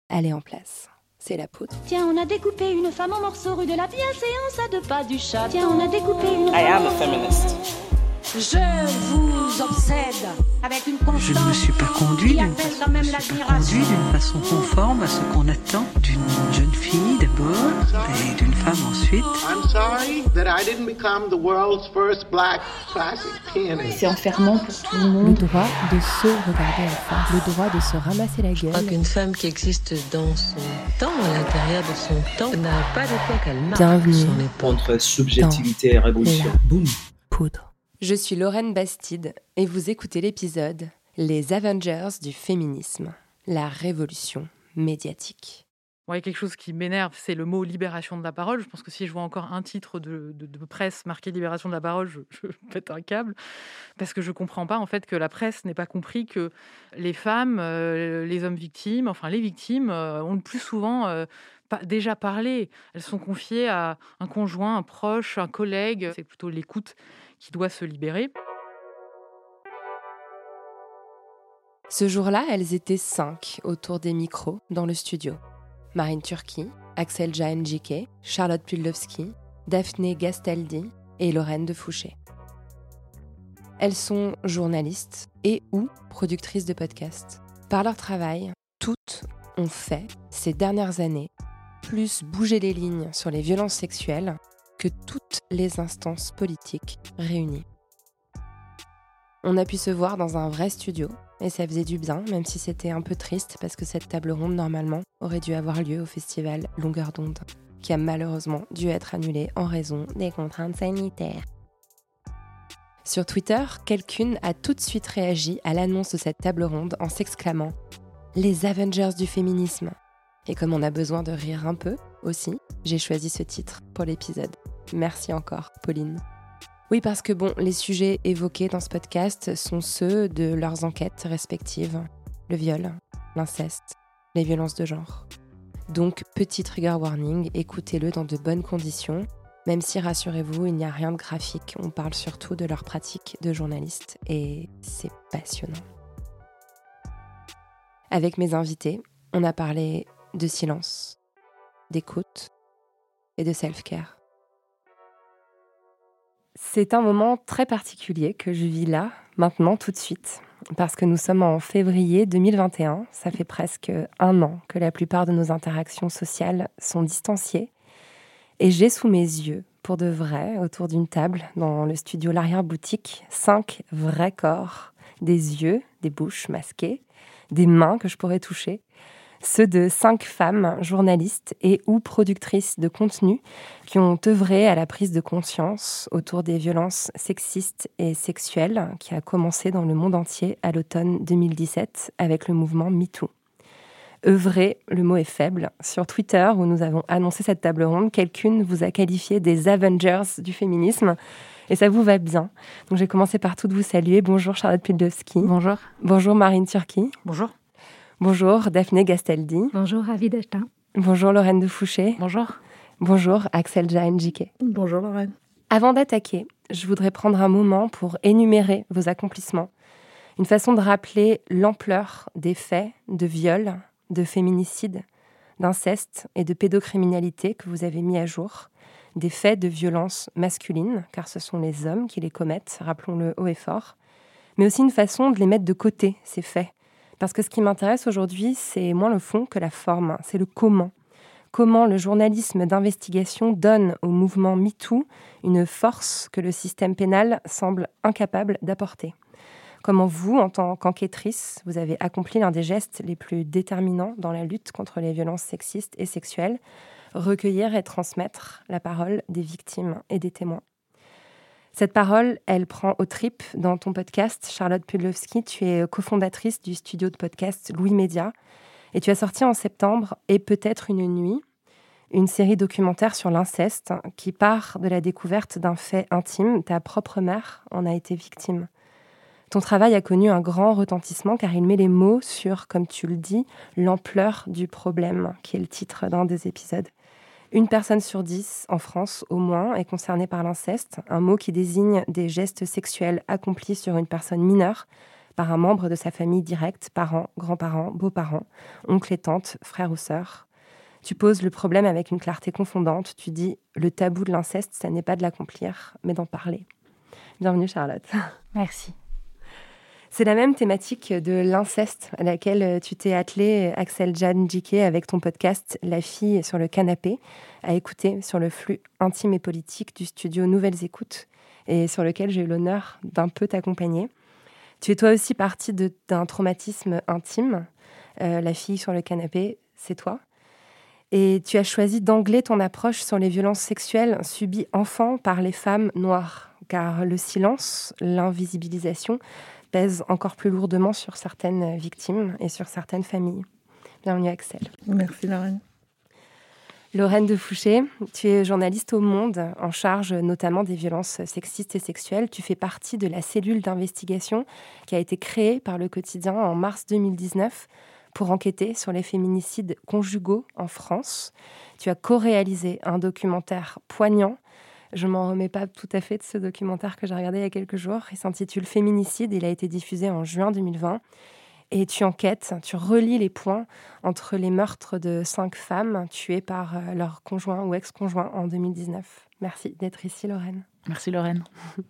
elle est en place. C'est la poudre. Tiens, on a découpé une femme en morceaux rue de la bienséance à 2 pas du château. Tiens, on a découpé une I am a feminist. Je vous obsède avec une constance. Je ne me suis pas conduit qui appelle quand même l'admiration. d'une façon conforme à ce qu'on attend d'une jeune fille d'abord et d'une femme ensuite. I'm sorry that I didn't become the world's first black classic pianist. C'est enfermant pour tout le Le monde. droit de se regarder en face, le droit de se ramasser la Je crois gueule. qu'une femme qui existe dans son temps, à l'intérieur de son temps, n'a pas de quoi qu'elle marque Bienvenue son époque. Entre subjectivité et révolution. Boum. Poudre. Je suis Lorraine Bastide et vous écoutez l'épisode « Les Avengers du féminisme, la révolution médiatique ». Il y a quelque chose qui m'énerve, c'est le mot libération de la parole. Je pense que si je vois encore un titre de presse marqué libération de la parole, je pète un câble. Parce que je ne comprends pas en fait que la presse n'ait pas compris que les femmes, les hommes victimes, enfin les victimes, ont le plus souvent déjà parlé. Elles sont confiées à un conjoint, un proche, un collègue. C'est plutôt l'écoute qui doit se libérer. Ce jour-là, elles étaient 5 autour des micros dans le studio. Marine Turki, Axel Jahen-Jike, Charlotte Pudlowski, Daphné Gastaldi et Lorraine de Fouché. Elles sont journalistes et ou productrices de podcasts. Par leur travail, toutes ont fait, ces dernières années, plus bouger les lignes sur les violences sexuelles que toutes les instances politiques réunies. On a pu se voir dans un vrai studio, et ça faisait du bien, même si c'était un peu triste, parce que cette table ronde, normalement, aurait dû avoir lieu au festival Longueur d'onde, qui a malheureusement dû être annulé en raison des contraintes sanitaires. Sur Twitter, quelqu'une a tout de suite réagi à l'annonce de cette table ronde en s'exclamant « Les Avengers du féminisme ». Et comme on a besoin de rire un peu, aussi, j'ai choisi ce titre pour l'épisode. Merci encore, Pauline. Oui, parce que les sujets évoqués dans ce podcast sont ceux de leurs enquêtes respectives. Le viol, l'inceste, les violences de genre. Donc, petit trigger warning, écoutez-le dans de bonnes conditions, même si, rassurez-vous, il n'y a rien de graphique. On parle surtout de leur pratique de journaliste et c'est passionnant. Avec mes invités, on a parlé de silence, d'écoute et de self-care. C'est un moment très particulier que je vis là, maintenant, tout de suite, parce que nous sommes en février 2021. Ça fait presque 1 an que la plupart de nos interactions sociales sont distanciées. Et j'ai sous mes yeux, pour de vrai, autour d'une table, dans le studio L'Arrière-Boutique, 5 vrais corps, des yeux, des bouches masquées, des mains que je pourrais toucher, ceux de 5 femmes journalistes et ou productrices de contenu qui ont œuvré à la prise de conscience autour des violences sexistes et sexuelles qui a commencé dans le monde entier à l'automne 2017 avec le mouvement MeToo. Œuvrer, le mot est faible. Sur Twitter, où nous avons annoncé cette table ronde, quelqu'une vous a qualifié des Avengers du féminisme. Et ça vous va bien. Donc j'ai commencé par toutes vous saluer. Bonjour Charlotte Pudlowski. Bonjour. Bonjour Marine Turki. Bonjour. Bonjour Daphné Gastaldi. Bonjour, ravie d'être là. Bonjour Lorraine de Fouché. Bonjour. Bonjour Axel Jahen-Jike. Bonjour Lorraine. Avant d'attaquer, je voudrais prendre un moment pour énumérer vos accomplissements. Une façon de rappeler l'ampleur des faits de viol, de féminicide, d'inceste et de pédocriminalité que vous avez mis à jour. Des faits de violence masculine, car ce sont les hommes qui les commettent, rappelons-le haut et fort. Mais aussi une façon de les mettre de côté, ces faits. Parce que ce qui m'intéresse aujourd'hui, c'est moins le fond que la forme, c'est le comment. Comment le journalisme d'investigation donne au mouvement MeToo une force que le système pénal semble incapable d'apporter. Comment vous, en tant qu'enquêtrice, vous avez accompli l'un des gestes les plus déterminants dans la lutte contre les violences sexistes et sexuelles, recueillir et transmettre la parole des victimes et des témoins. Cette parole, elle prend aux tripes dans ton podcast. Charlotte Pudlowski, tu es cofondatrice du studio de podcast Louis Média et tu as sorti en septembre « Et peut-être une nuit », une série documentaire sur l'inceste qui part de la découverte d'un fait intime. Ta propre mère en a été victime. Ton travail a connu un grand retentissement car il met les mots sur, comme tu le dis, l'ampleur du problème, qui est le titre d'un des épisodes. 1 personne sur 10, en France au moins, est concernée par l'inceste, un mot qui désigne des gestes sexuels accomplis sur une personne mineure par un membre de sa famille directe, parents, grands-parents, beaux-parents, oncles et tantes, frères ou sœurs. Tu poses le problème avec une clarté confondante. Tu dis « le tabou de l'inceste, ça n'est pas de l'accomplir, mais d'en parler ». Bienvenue Charlotte. Merci. C'est la même thématique de l'inceste à laquelle tu t'es attelée, Axel Jane Jiké, avec ton podcast « La fille sur le canapé », à écouter sur le flux intime et politique du studio Nouvelles Écoutes, et sur lequel j'ai eu l'honneur d'un peu t'accompagner. Tu es toi aussi partie d'un traumatisme intime. La fille sur le canapé, c'est toi. Et tu as choisi d'angler ton approche sur les violences sexuelles subies enfant par les femmes noires, car le silence, l'invisibilisation pèse encore plus lourdement sur certaines victimes et sur certaines familles. Bienvenue Axel. Merci Lorraine. Lorraine de Fouché, tu es journaliste au Monde, en charge notamment des violences sexistes et sexuelles. Tu fais partie de la cellule d'investigation qui a été créée par Le Quotidien en mars 2019 pour enquêter sur les féminicides conjugaux en France. Tu as co-réalisé un documentaire poignant. Je ne m'en remets pas tout à fait de ce documentaire que j'ai regardé il y a quelques jours. Il s'intitule « Féminicide ». Il a été diffusé en juin 2020. Et tu enquêtes, tu relis les points entre les meurtres de 5 femmes tuées par leur conjoint ou ex-conjoint en 2019. Merci d'être ici, Lorraine. Merci, Lorraine.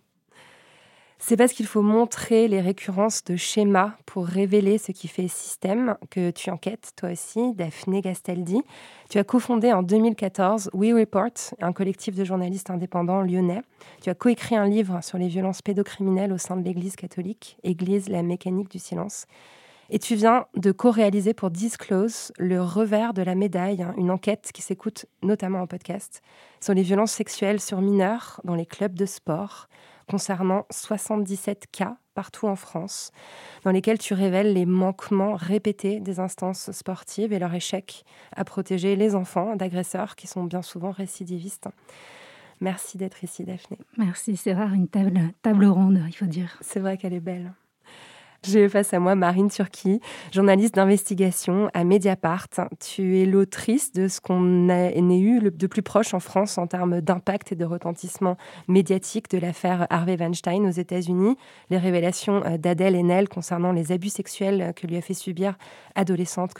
C'est parce qu'il faut montrer les récurrences de schémas pour révéler ce qui fait système que tu enquêtes, toi aussi, Daphné Gastaldi. Tu as cofondé en 2014 We Report, un collectif de journalistes indépendants lyonnais. Tu as coécrit un livre sur les violences pédocriminelles au sein de l'Église catholique, Église, la mécanique du silence. Et tu viens de co-réaliser pour Disclose le revers de la médaille, une enquête qui s'écoute notamment en podcast, sur les violences sexuelles sur mineurs dans les clubs de sport, concernant 77 cas partout en France, dans lesquels tu révèles les manquements répétés des instances sportives et leur échec à protéger les enfants d'agresseurs qui sont bien souvent récidivistes. Merci d'être ici, Daphné. Merci, c'est rare une table ronde, il faut dire. C'est vrai qu'elle est belle. J'ai face à moi Marine Turki, journaliste d'investigation à Mediapart. Tu es l'autrice de ce qu'on a eu de plus proche en France en termes d'impact et de retentissement médiatique de l'affaire Harvey Weinstein aux États-Unis, les révélations d'Adèle Haenel concernant les abus sexuels que lui aurait fait subir adolescente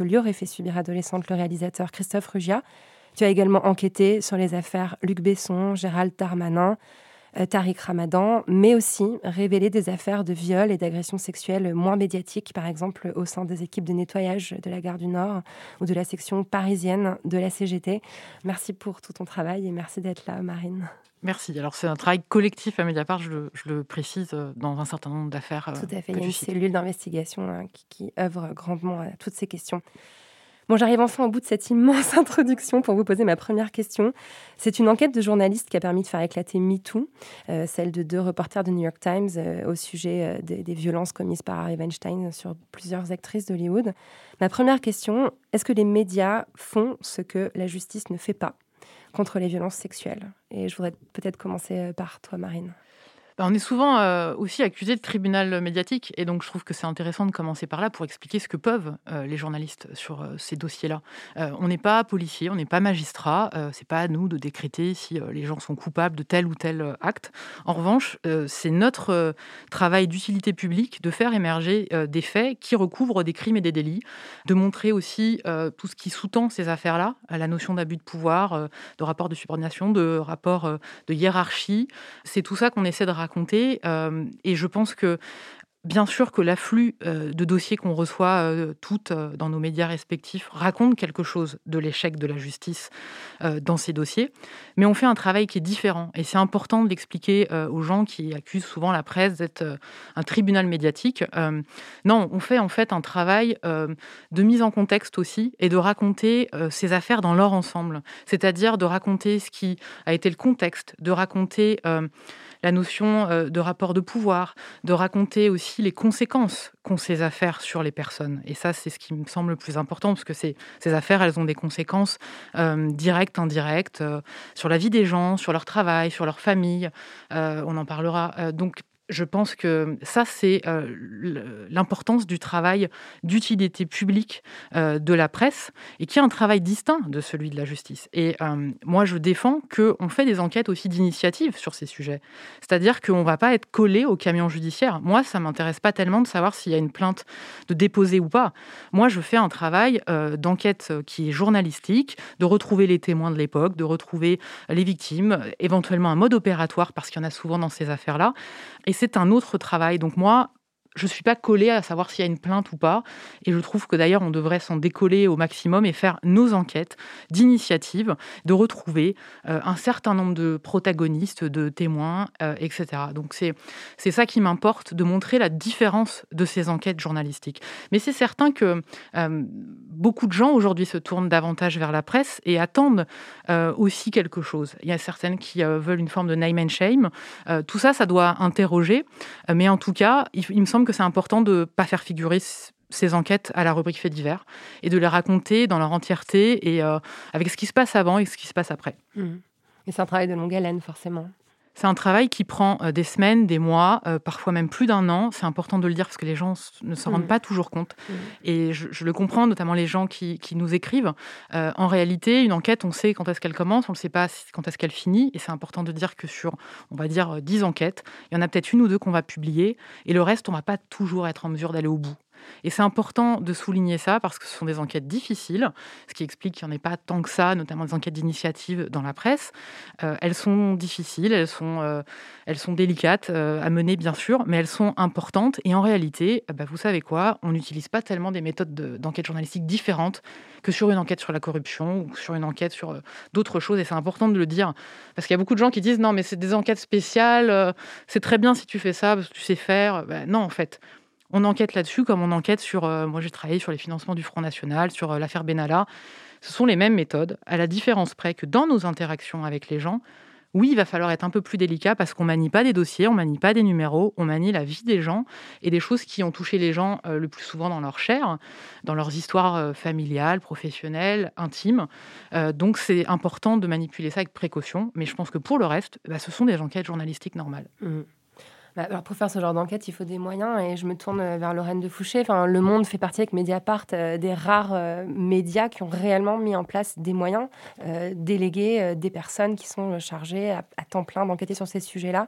le réalisateur Christophe Rugia. Tu as également enquêté sur les affaires Luc Besson, Gérald Darmanin, Tariq Ramadan, mais aussi révéler des affaires de viol et d'agressions sexuelles moins médiatiques, par exemple au sein des équipes de nettoyage de la Gare du Nord ou de la section parisienne de la CGT. Merci pour tout ton travail et merci d'être là, Marine. Merci. Alors, c'est un travail collectif à Mediapart, je le précise, dans un certain nombre d'affaires. Tout à fait. Il y a une cellule d'investigation qui œuvre grandement à toutes ces questions. Bon, j'arrive enfin au bout de cette immense introduction pour vous poser ma première question. C'est une enquête de journalistes qui a permis de faire éclater MeToo, celle de 2 reporters de New York Times au sujet des violences commises par Harvey Weinstein sur plusieurs actrices d'Hollywood. Ma première question, est-ce que les médias font ce que la justice ne fait pas contre les violences sexuelles ? Et je voudrais peut-être commencer par toi, Marine. On est souvent aussi accusé de tribunal médiatique et donc je trouve que c'est intéressant de commencer par là pour expliquer ce que peuvent les journalistes sur ces dossiers-là. On n'est pas policier, on n'est pas magistrat, c'est pas à nous de décréter si les gens sont coupables de tel ou tel acte. En revanche, c'est notre travail d'utilité publique de faire émerger des faits qui recouvrent des crimes et des délits, de montrer aussi tout ce qui sous-tend ces affaires-là, la notion d'abus de pouvoir, de rapport de subordination, de rapport de hiérarchie. C'est tout ça qu'on essaie de raconter et je pense que bien sûr que l'afflux de dossiers qu'on reçoit toutes dans nos médias respectifs raconte quelque chose de l'échec de la justice dans ces dossiers, mais on fait un travail qui est différent et c'est important de l'expliquer aux gens qui accusent souvent la presse d'être un tribunal médiatique. Non, on fait en fait un travail de mise en contexte aussi et de raconter ces affaires dans leur ensemble, c'est-à-dire de raconter ce qui a été le contexte, de raconter la notion de rapport de pouvoir, de raconter aussi les conséquences qu'ont ces affaires sur les personnes. Et ça, c'est ce qui me semble le plus important, parce que ces affaires, elles ont des conséquences directes, indirectes, sur la vie des gens, sur leur travail, sur leur famille. On en parlera. Donc, Je pense que ça, c'est l'importance du travail d'utilité publique de la presse, et qui est un travail distinct de celui de la justice. Et moi, je défends qu'on fait des enquêtes aussi d'initiative sur ces sujets. C'est-à-dire qu'on ne va pas être collé au camion judiciaire. Moi, ça ne m'intéresse pas tellement de savoir s'il y a une plainte de déposer ou pas. Moi, je fais un travail d'enquête qui est journalistique, de retrouver les témoins de l'époque, de retrouver les victimes, éventuellement un mode opératoire, parce qu'il y en a souvent dans ces affaires-là. Et c'est un autre travail. Donc moi, je ne suis pas collée à savoir s'il y a une plainte ou pas. Et je trouve que d'ailleurs, on devrait s'en décoller au maximum et faire nos enquêtes d'initiative, de retrouver un certain nombre de protagonistes, de témoins, etc. Donc c'est ça qui m'importe, de montrer la différence de ces enquêtes journalistiques. Mais c'est certain que beaucoup de gens aujourd'hui se tournent davantage vers la presse et attendent aussi quelque chose. Il y a certaines qui veulent une forme de name and shame. Tout ça, ça doit interroger. Mais en tout cas, il me semble que c'est important de ne pas faire figurer ces enquêtes à la rubrique faits divers et de les raconter dans leur entièreté et avec ce qui se passe avant et ce qui se passe après. Et c'est un travail de longue haleine, forcément. C'est un travail qui prend des semaines, des mois, parfois même plus d'1 an. C'est important de le dire parce que les gens ne s'en rendent pas toujours compte. Et je le comprends, notamment les gens qui nous écrivent. En réalité, une enquête, on sait quand est-ce qu'elle commence, on ne sait pas quand est-ce qu'elle finit. Et c'est important de dire que sur, on va dire, 10 enquêtes, il y en a peut-être 1 ou 2 qu'on va publier. Et le reste, on ne va pas toujours être en mesure d'aller au bout. Et c'est important de souligner ça parce que ce sont des enquêtes difficiles, ce qui explique qu'il n'y en ait pas tant que ça, notamment des enquêtes d'initiative dans la presse. Elles sont difficiles, elles sont délicates à mener, bien sûr, mais elles sont importantes. Et en réalité, vous savez quoi, on n'utilise pas tellement des méthodes d'enquête journalistique différentes que sur une enquête sur la corruption ou sur une enquête sur d'autres choses. Et c'est important de le dire parce qu'il y a beaucoup de gens qui disent « Non, mais c'est des enquêtes spéciales, c'est très bien si tu fais ça parce que tu sais faire. » Non, en fait. On enquête là-dessus comme on enquête sur... moi, j'ai travaillé sur les financements du Front National, sur l'affaire Benalla. Ce sont les mêmes méthodes, à la différence près que dans nos interactions avec les gens, oui, il va falloir être un peu plus délicat parce qu'on ne manie pas des dossiers, on ne manie pas des numéros, on manie la vie des gens et des choses qui ont touché les gens le plus souvent dans leur chair, dans leurs histoires familiales, professionnelles, intimes. Donc, c'est important de manipuler ça avec précaution. Mais je pense que pour le reste, ce sont des enquêtes journalistiques normales. Alors pour faire ce genre d'enquête, il faut des moyens et je me tourne vers Lorraine de Fouché. Le Monde fait partie avec Mediapart des rares médias qui ont réellement mis en place des moyens, délégués des personnes qui sont chargées à temps plein d'enquêter sur ces sujets-là.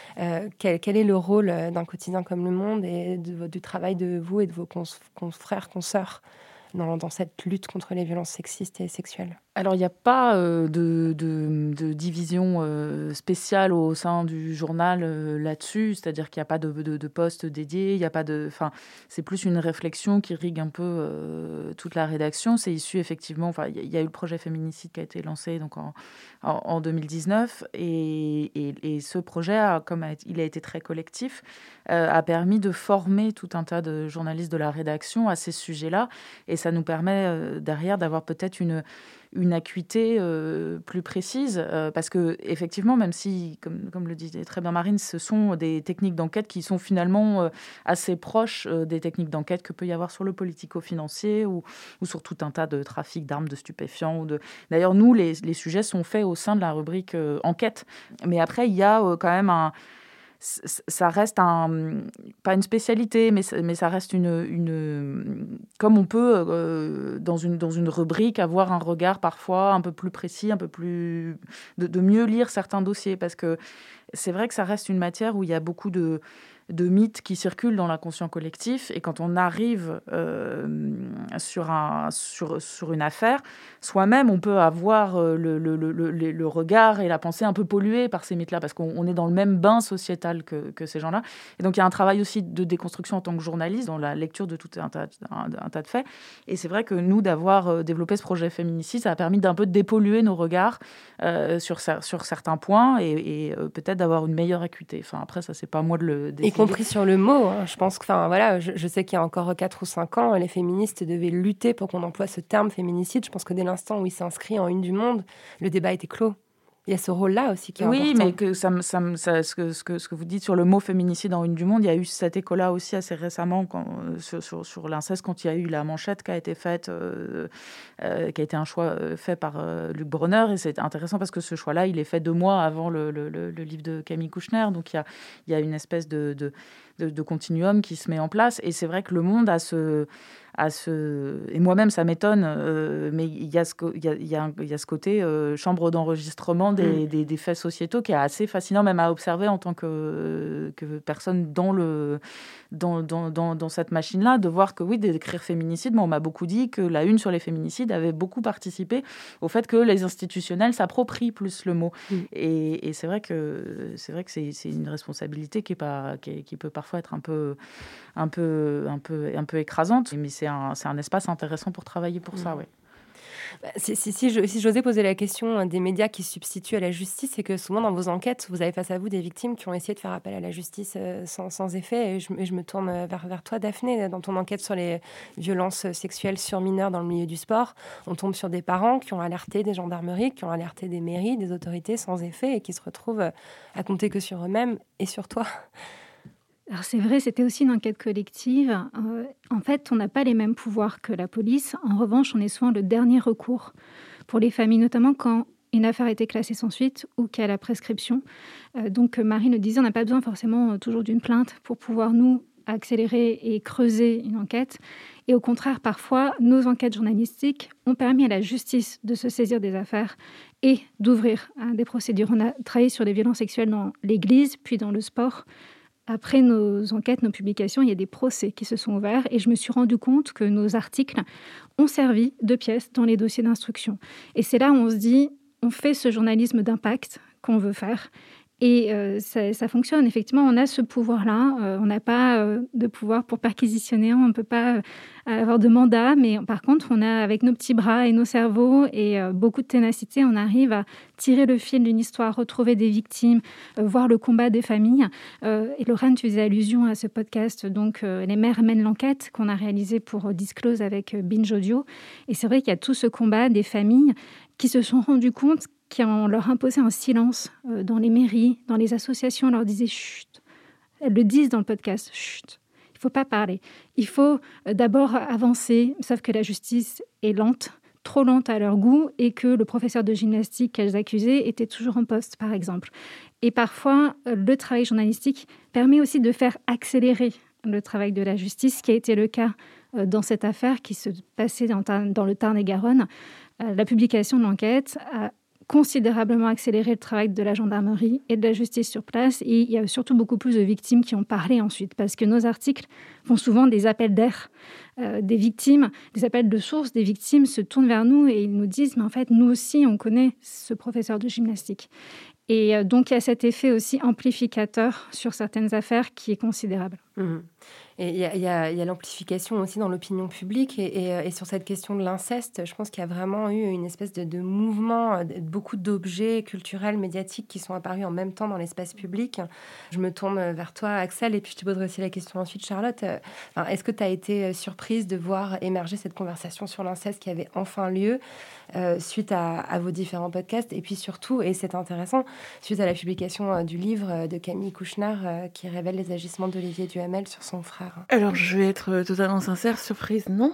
Quel est le rôle d'un quotidien comme Le Monde et du travail de vous et de vos confrères, consoeurs dans cette lutte contre les violences sexistes et sexuelles? Alors, il n'y a pas de division spéciale au sein du journal là-dessus, c'est-à-dire qu'il n'y a pas de poste dédié, il y a pas de... Enfin, c'est plus une réflexion qui irrigue un peu toute la rédaction. C'est issu, effectivement... il y a eu le projet Féminicide qui a été lancé donc, en 2019, et ce projet, il a été très collectif, a permis de former tout un tas de journalistes de la rédaction à ces sujets-là, et ça nous permet derrière d'avoir peut-être une acuité plus précise, parce que effectivement, même si, comme le disait très bien Marine, ce sont des techniques d'enquête qui sont finalement assez proches des techniques d'enquête que peut y avoir sur le politico-financier ou sur tout un tas de trafics d'armes, de stupéfiants. D'ailleurs, nous, les sujets sont faits au sein de la rubrique enquête. Mais après, il y a quand même ça reste pas une spécialité, mais ça reste comme on peut dans une rubrique avoir un regard parfois un peu plus précis, un peu plus de mieux lire certains dossiers, parce que c'est vrai que ça reste une matière où il y a beaucoup de mythes qui circulent dans l'inconscient collectif, et quand on arrive sur une affaire, soi-même on peut avoir le regard et la pensée un peu pollués par ces mythes-là, parce qu'on est dans le même bain sociétal que ces gens-là. Et donc il y a un travail aussi de déconstruction en tant que journaliste dans la lecture de tout un tas de faits. Et c'est vrai que nous, d'avoir développé ce projet Féminicide, ça a permis d'un peu dépolluer nos regards sur certains points et peut-être d'avoir une meilleure acuité. Enfin, après, ça, c'est pas à moi de le décider. Y compris sur le mot. Je pense que, je sais qu'il y a encore 4 ou 5 ans, les féministes devaient lutter pour qu'on emploie ce terme féminicide. Je pense que dès l'instant où il s'inscrit en une du Monde, le débat était clos. Il y a ce rôle-là aussi qui est Oui, important. mais que ce que vous dites sur le mot féminicide en une du Monde, il y a eu cet écho-là aussi assez récemment sur l'inceste, quand il y a eu la manchette qui a été faite, qui a été un choix fait par Luc Bronner. Et c'est intéressant parce que ce choix-là, il est fait 2 mois avant le livre de Camille Kouchner. Donc il y a une espèce de continuum qui se met en place. Et c'est vrai que le Monde a ce et moi-même ça m'étonne, mais il y a ce côté chambre d'enregistrement des faits sociétaux qui est assez fascinant même à observer en tant que personne dans cette machine-là, de voir que oui, d'écrire féminicide, on m'a beaucoup dit que la une sur les féminicides avait beaucoup participé au fait que les institutionnels s'approprient plus le mot. Et c'est vrai que c'est une responsabilité qui peut parfois être un peu écrasante, mais c'est un espace intéressant pour travailler pour ça, oui. Si j'osais poser la question des médias qui se substituent à la justice, c'est que souvent dans vos enquêtes, vous avez face à vous des victimes qui ont essayé de faire appel à la justice sans effet. Et je me tourne vers toi, Daphné. Dans ton enquête sur les violences sexuelles sur mineurs dans le milieu du sport, on tombe sur des parents qui ont alerté des gendarmeries, qui ont alerté des mairies, des autorités sans effet et qui se retrouvent à compter que sur eux-mêmes et sur toi. Alors c'est vrai, c'était aussi une enquête collective. En fait, on n'a pas les mêmes pouvoirs que la police. En revanche, on est souvent le dernier recours pour les familles, notamment quand une affaire a été classée sans suite ou qu'il y a la prescription. Donc Marie le disait, on n'a pas besoin forcément toujours d'une plainte pour pouvoir, nous, accélérer et creuser une enquête. Et au contraire, parfois, nos enquêtes journalistiques ont permis à la justice de se saisir des affaires et d'ouvrir des procédures. On a travaillé sur les violences sexuelles dans l'Église, puis dans le sport. Après nos enquêtes, nos publications, il y a des procès qui se sont ouverts et je me suis rendu compte que nos articles ont servi de pièces dans les dossiers d'instruction. Et c'est là où on se dit, on fait ce journalisme d'impact qu'on veut faire. Et ça fonctionne. Effectivement, on a ce pouvoir-là. On n'a pas de pouvoir pour perquisitionner. On ne peut pas avoir de mandat. Mais par contre, on a, avec nos petits bras et nos cerveaux et beaucoup de ténacité, on arrive à tirer le fil d'une histoire, retrouver des victimes, voir le combat des familles. Et Lorraine, tu faisais allusion à ce podcast, donc Les mères mènent l'enquête, qu'on a réalisé pour Disclose avec Binge Audio. Et c'est vrai qu'il y a tout ce combat des familles qui se sont rendues compte qu'on leur imposait un silence dans les mairies, dans les associations. On leur disait « chut ». Elles le disent dans le podcast « chut ». Il ne faut pas parler. Il faut d'abord avancer, sauf que la justice est lente, trop lente à leur goût, et que le professeur de gymnastique qu'elles accusaient était toujours en poste, par exemple. Et parfois, le travail journalistique permet aussi de faire accélérer le travail de la justice, ce qui a été le cas dans cette affaire qui se passait dans le Tarn-et-Garonne. La publication de l'enquête a considérablement accéléré le travail de la gendarmerie et de la justice sur place. Et il y a surtout beaucoup plus de victimes qui ont parlé ensuite, parce que nos articles font souvent des appels d'air des victimes, des appels de source. Des victimes se tournent vers nous et ils nous disent « mais en fait, nous aussi, on connaît ce professeur de gymnastique ». Et donc, il y a cet effet aussi amplificateur sur certaines affaires qui est considérable. Et il y a l'amplification aussi dans l'opinion publique. Et sur cette question de l'inceste, je pense qu'il y a vraiment eu une espèce de mouvement, beaucoup d'objets culturels, médiatiques qui sont apparus en même temps dans l'espace public. Je me tourne vers toi, Axel, et puis je te poserai aussi la question ensuite, Charlotte. Est-ce que tu as été surprise de voir émerger cette conversation sur l'inceste qui avait enfin lieu suite à vos différents podcasts? Et puis surtout, et c'est intéressant, suite à la publication du livre de Camille Kouchner qui révèle les agissements d'Olivier Duhamel sur son frère. Alors, je vais être totalement sincère, surprise, non.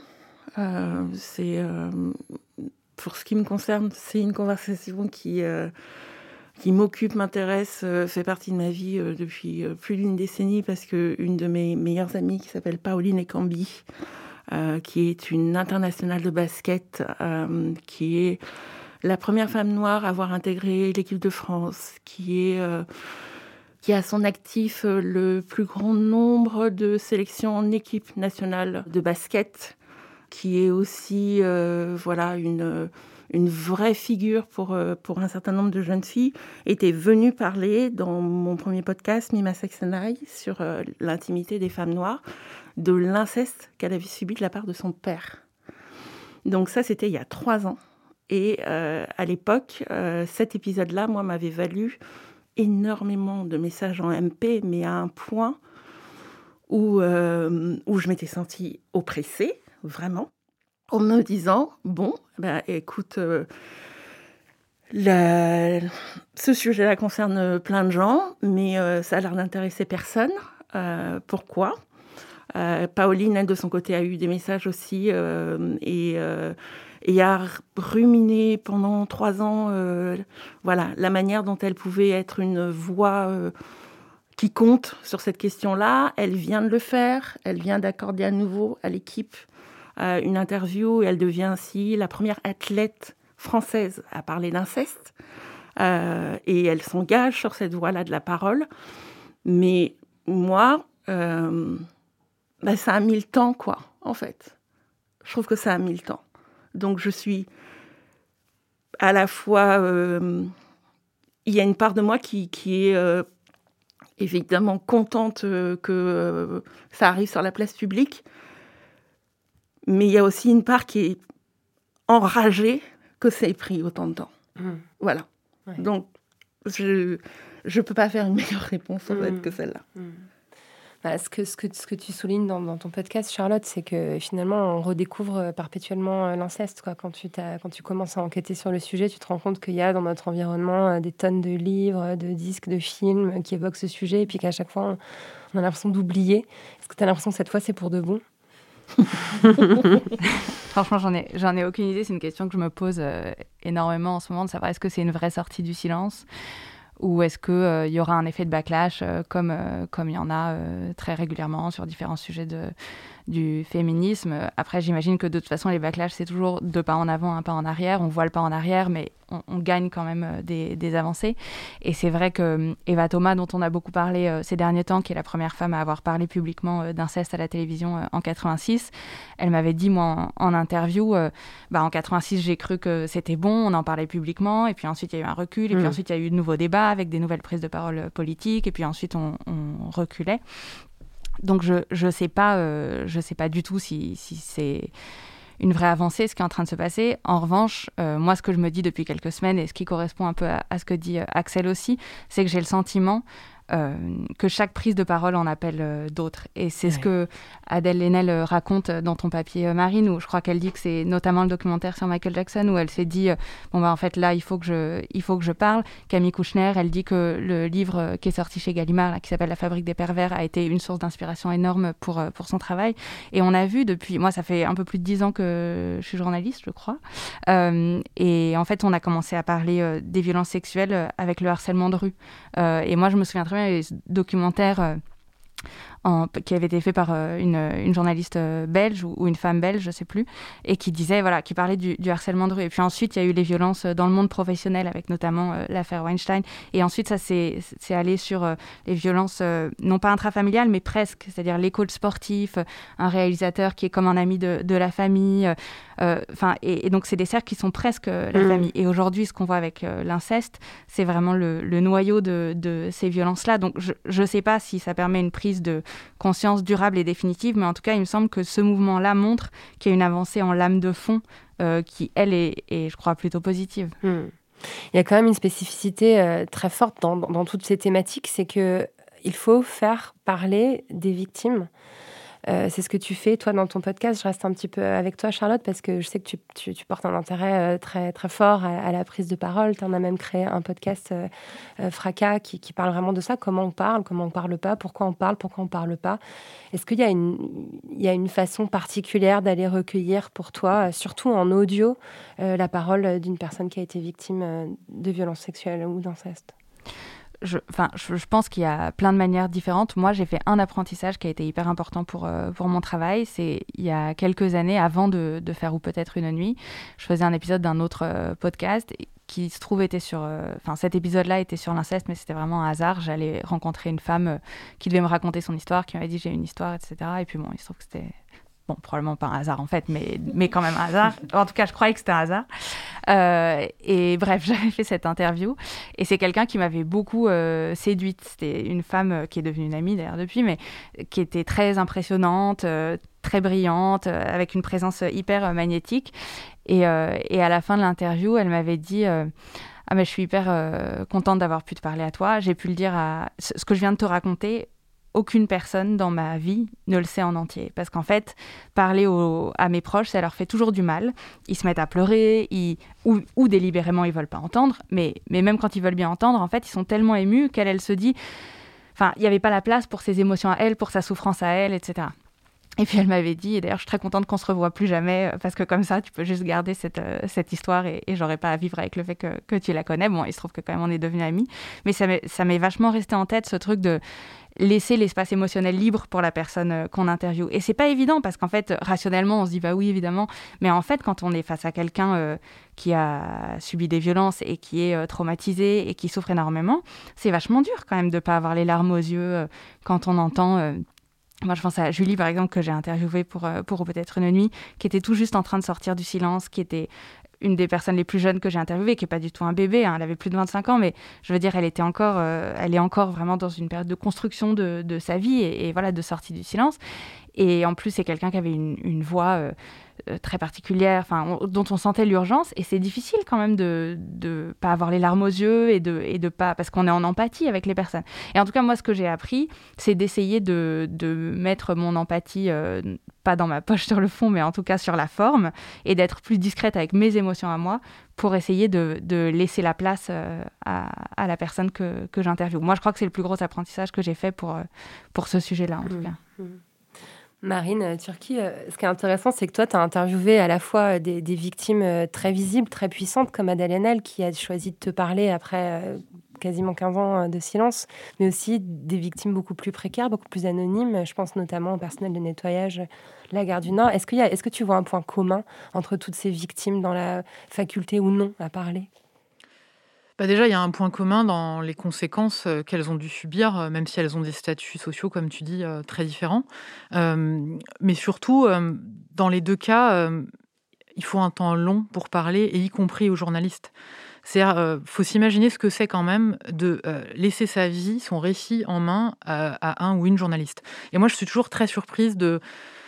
Pour ce qui me concerne, c'est une conversation qui m'occupe, m'intéresse, fait partie de ma vie depuis plus d'une décennie, parce qu'une de mes meilleures amies, qui s'appelle Pauline Ekambi, qui est une internationale de basket, qui est la première femme noire à avoir intégré l'équipe de France, qui a à son actif le plus grand nombre de sélections en équipe nationale de basket, qui est aussi une vraie figure pour un certain nombre de jeunes filles, était venue parler dans mon premier podcast, Mima Sex and I, sur l'intimité des femmes noires, de l'inceste qu'elle avait subi de la part de son père. Donc ça, c'était il y a 3 ans. Et à l'époque, cet épisode-là, moi, m'avait valu énormément de messages en MP, mais à un point où je m'étais sentie oppressée, vraiment, en me disant, bon, écoute, Ce sujet-là concerne plein de gens, mais ça a l'air d'intéresser personne. Pourquoi ? Pauline, elle, de son côté, a eu des messages aussi et a ruminé pendant 3 ans la manière dont elle pouvait être une voix qui compte sur cette question-là. Elle vient de le faire, elle vient d'accorder à nouveau à l'équipe une interview et elle devient ainsi la première athlète française à parler d'inceste. Et elle s'engage sur cette voie-là de la parole. Mais moi, ça a mis le temps, quoi, en fait. Je trouve que ça a mis le temps. Donc, je suis à la fois... il y a une part de moi qui est évidemment contente que ça arrive sur la place publique. Mais il y a aussi une part qui est enragée que ça ait pris autant de temps. Voilà. Ouais. Donc, je ne peux pas faire une meilleure réponse, en fait, que celle-là. Ce que tu soulignes dans ton podcast, Charlotte, c'est que finalement, on redécouvre perpétuellement l'inceste, quoi. Quand tu commences à enquêter sur le sujet, tu te rends compte qu'il y a dans notre environnement des tonnes de livres, de disques, de films qui évoquent ce sujet, et puis qu'à chaque fois, on a l'impression d'oublier. Est-ce que tu as l'impression que cette fois, c'est pour de bon ? Franchement, j'en ai aucune idée. C'est une question que je me pose énormément en ce moment, de savoir est-ce que c'est une vraie sortie du silence ou est-ce qu'il y aura un effet de backlash comme il y en a très régulièrement sur différents sujets du féminisme. Après, j'imagine que de toute façon, les backlash, c'est toujours 2 pas en avant, 1 pas en arrière. On voit le pas en arrière, mais on gagne quand même des avancées. Et c'est vrai que Eva Thomas, dont on a beaucoup parlé ces derniers temps, qui est la première femme à avoir parlé publiquement d'inceste à la télévision en 86, elle m'avait dit, moi, en interview, en 86, j'ai cru que c'était bon, on en parlait publiquement, et puis ensuite, il y a eu un recul, et puis ensuite, il y a eu de nouveaux débats avec des nouvelles prises de parole politiques, et puis ensuite, on reculait. Donc, je sais pas du tout si c'est une vraie avancée, ce qui est en train de se passer. En revanche, moi, ce que je me dis depuis quelques semaines, et ce qui correspond un peu à ce que dit Axel aussi, c'est que j'ai le sentiment que chaque prise de parole en appelle d'autres. Et c'est ce que Adèle Haenel raconte dans ton papier, Marine, où je crois qu'elle dit que c'est notamment le documentaire sur Michael Jackson, où elle s'est dit en fait là, il faut que je parle. Camille Kouchner, elle dit que le livre qui est sorti chez Gallimard, là, qui s'appelle La Fabrique des pervers, a été une source d'inspiration énorme pour son travail. Et on a vu depuis... Moi, ça fait un peu plus de 10 ans que je suis journaliste, je crois. Et en fait, on a commencé à parler des violences sexuelles avec le harcèlement de rue. Et moi, je me souviens très bien, il y avait ce documentaire qui avait été fait par une journaliste belge ou une femme belge, je ne sais plus, et qui disait, qui parlait du harcèlement de rue. Et puis ensuite, il y a eu les violences dans le monde professionnel, avec notamment l'affaire Weinstein. Et ensuite, ça c'est allé sur les violences, non pas intrafamiliales, mais presque, c'est-à-dire l'école sportif, un réalisateur qui est comme un ami de la famille. Et donc, c'est des cercles qui sont presque la famille. Et aujourd'hui, ce qu'on voit avec l'inceste, c'est vraiment le noyau de ces violences-là. Donc, je ne sais pas si ça permet une prise de conscience durable et définitive, mais en tout cas, il me semble que ce mouvement-là montre qu'il y a une avancée en lame de fond qui, elle, est, je crois, plutôt positive. Il y a quand même une spécificité très forte dans toutes ces thématiques, c'est qu'il faut faire parler des victimes. C'est ce que tu fais, toi, dans ton podcast. Je reste un petit peu avec toi, Charlotte, parce que je sais que tu portes un intérêt très, très fort à la prise de parole. Tu en as même créé un podcast, Fracas, qui parle vraiment de ça. Comment on parle pas, pourquoi on parle pas. Est-ce qu'il y a une façon particulière d'aller recueillir pour toi, surtout en audio, la parole d'une personne qui a été victime de violences sexuelles ou d'inceste ? Je pense qu'il y a plein de manières différentes. Moi, j'ai fait un apprentissage qui a été hyper important pour mon travail. C'est il y a quelques années, avant de faire Ou peut-être une nuit, je faisais un épisode d'un autre podcast qui se trouve était sur... cet épisode-là était sur l'inceste, mais c'était vraiment un hasard. J'allais rencontrer une femme qui devait me raconter son histoire, qui m'avait dit « j'ai une histoire », etc. Et puis bon, il se trouve que c'était... Bon, probablement pas un hasard en fait, mais quand même un hasard. En tout cas, je croyais que c'était un hasard. Et bref, j'avais fait cette interview. Et c'est quelqu'un qui m'avait beaucoup séduite. C'était une femme qui est devenue une amie d'ailleurs depuis, mais qui était très impressionnante, très brillante, avec une présence hyper magnétique. Et à la fin de l'interview, elle m'avait dit... Ah, mais je suis hyper contente d'avoir pu te parler à toi. J'ai pu le dire à... Ce que je viens de te raconter... aucune personne dans ma vie ne le sait en entier. Parce qu'en fait, parler à mes proches, ça leur fait toujours du mal. Ils se mettent à pleurer, ou délibérément, ils ne veulent pas entendre. Mais même quand ils veulent bien entendre, en fait, ils sont tellement émus qu'elle se dit... Enfin, il n'y avait pas la place pour ses émotions à elle, pour sa souffrance à elle, etc. Et puis elle m'avait dit, et d'ailleurs je suis très contente qu'on se revoie plus jamais, parce que comme ça tu peux juste garder cette histoire et j'aurais pas à vivre avec le fait que tu la connais. Bon, il se trouve que quand même on est devenus amis, mais ça m'est vachement resté en tête, ce truc de laisser l'espace émotionnel libre pour la personne qu'on interviewe. Et c'est pas évident, parce qu'en fait, rationnellement, on se dit bah oui, évidemment, mais en fait, quand on est face à quelqu'un qui a subi des violences et qui est traumatisé et qui souffre énormément, c'est vachement dur quand même de pas avoir les larmes aux yeux quand on entend... Moi, je pense à Julie, par exemple, que j'ai interviewée pour Peut-être une nuit, qui était tout juste en train de sortir du silence, qui était une des personnes les plus jeunes que j'ai interviewées, qui n'est pas du tout un bébé, hein, elle avait plus de 25 ans, mais je veux dire, elle est encore vraiment dans une période de construction de sa vie et voilà, de sortie du silence. Et en plus, c'est quelqu'un qui avait une voix très particulière, dont on sentait l'urgence. Et c'est difficile quand même de pas avoir les larmes aux yeux et de pas, parce qu'on est en empathie avec les personnes. Et en tout cas, moi, ce que j'ai appris, c'est d'essayer de mettre mon empathie, pas dans ma poche sur le fond, mais en tout cas sur la forme, et d'être plus discrète avec mes émotions à moi pour essayer de laisser la place à la personne que j'interviewe. Moi, je crois que c'est le plus gros apprentissage que j'ai fait pour ce sujet-là, en tout cas. Marine Turki, ce qui est intéressant, c'est que toi, tu as interviewé à la fois des victimes très visibles, très puissantes, comme Adèle Haenel, qui a choisi de te parler après quasiment 15 ans de silence, mais aussi des victimes beaucoup plus précaires, beaucoup plus anonymes. Je pense notamment au personnel de nettoyage, la Gare du Nord. Est-ce que tu vois un point commun entre toutes ces victimes dans la faculté ou non à parler ? Déjà, il y a un point commun dans les conséquences qu'elles ont dû subir, même si elles ont des statuts sociaux, comme tu dis, très différents. Mais surtout, dans les deux cas, il faut un temps long pour parler, et y compris aux journalistes. C'est-à-dire, faut s'imaginer ce que c'est quand même de laisser sa vie, son récit en main à un ou une journaliste. Et moi, je suis toujours très surprise de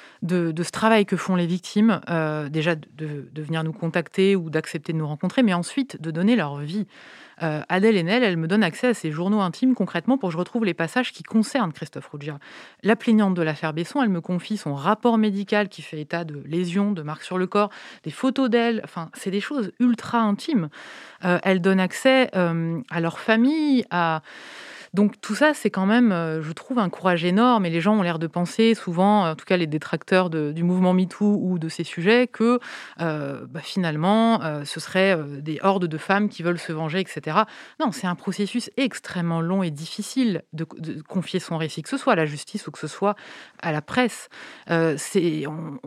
ce travail que font les victimes, déjà de venir nous contacter ou d'accepter de nous rencontrer, mais ensuite de donner leur vie. Adèle Haenel, elle me donne accès à ses journaux intimes concrètement pour que je retrouve les passages qui concernent Christophe Rougier. La plaignante de l'affaire Besson, elle me confie son rapport médical qui fait état de lésions, de marques sur le corps, des photos d'elle, c'est des choses ultra intimes. Elle donne accès à leur famille, Donc tout ça, c'est quand même, je trouve, un courage énorme. Et les gens ont l'air de penser souvent, en tout cas les détracteurs du mouvement MeToo ou de ces sujets, que finalement, ce serait des hordes de femmes qui veulent se venger, etc. Non, c'est un processus extrêmement long et difficile de confier son récit, que ce soit à la justice ou que ce soit à la presse. C'est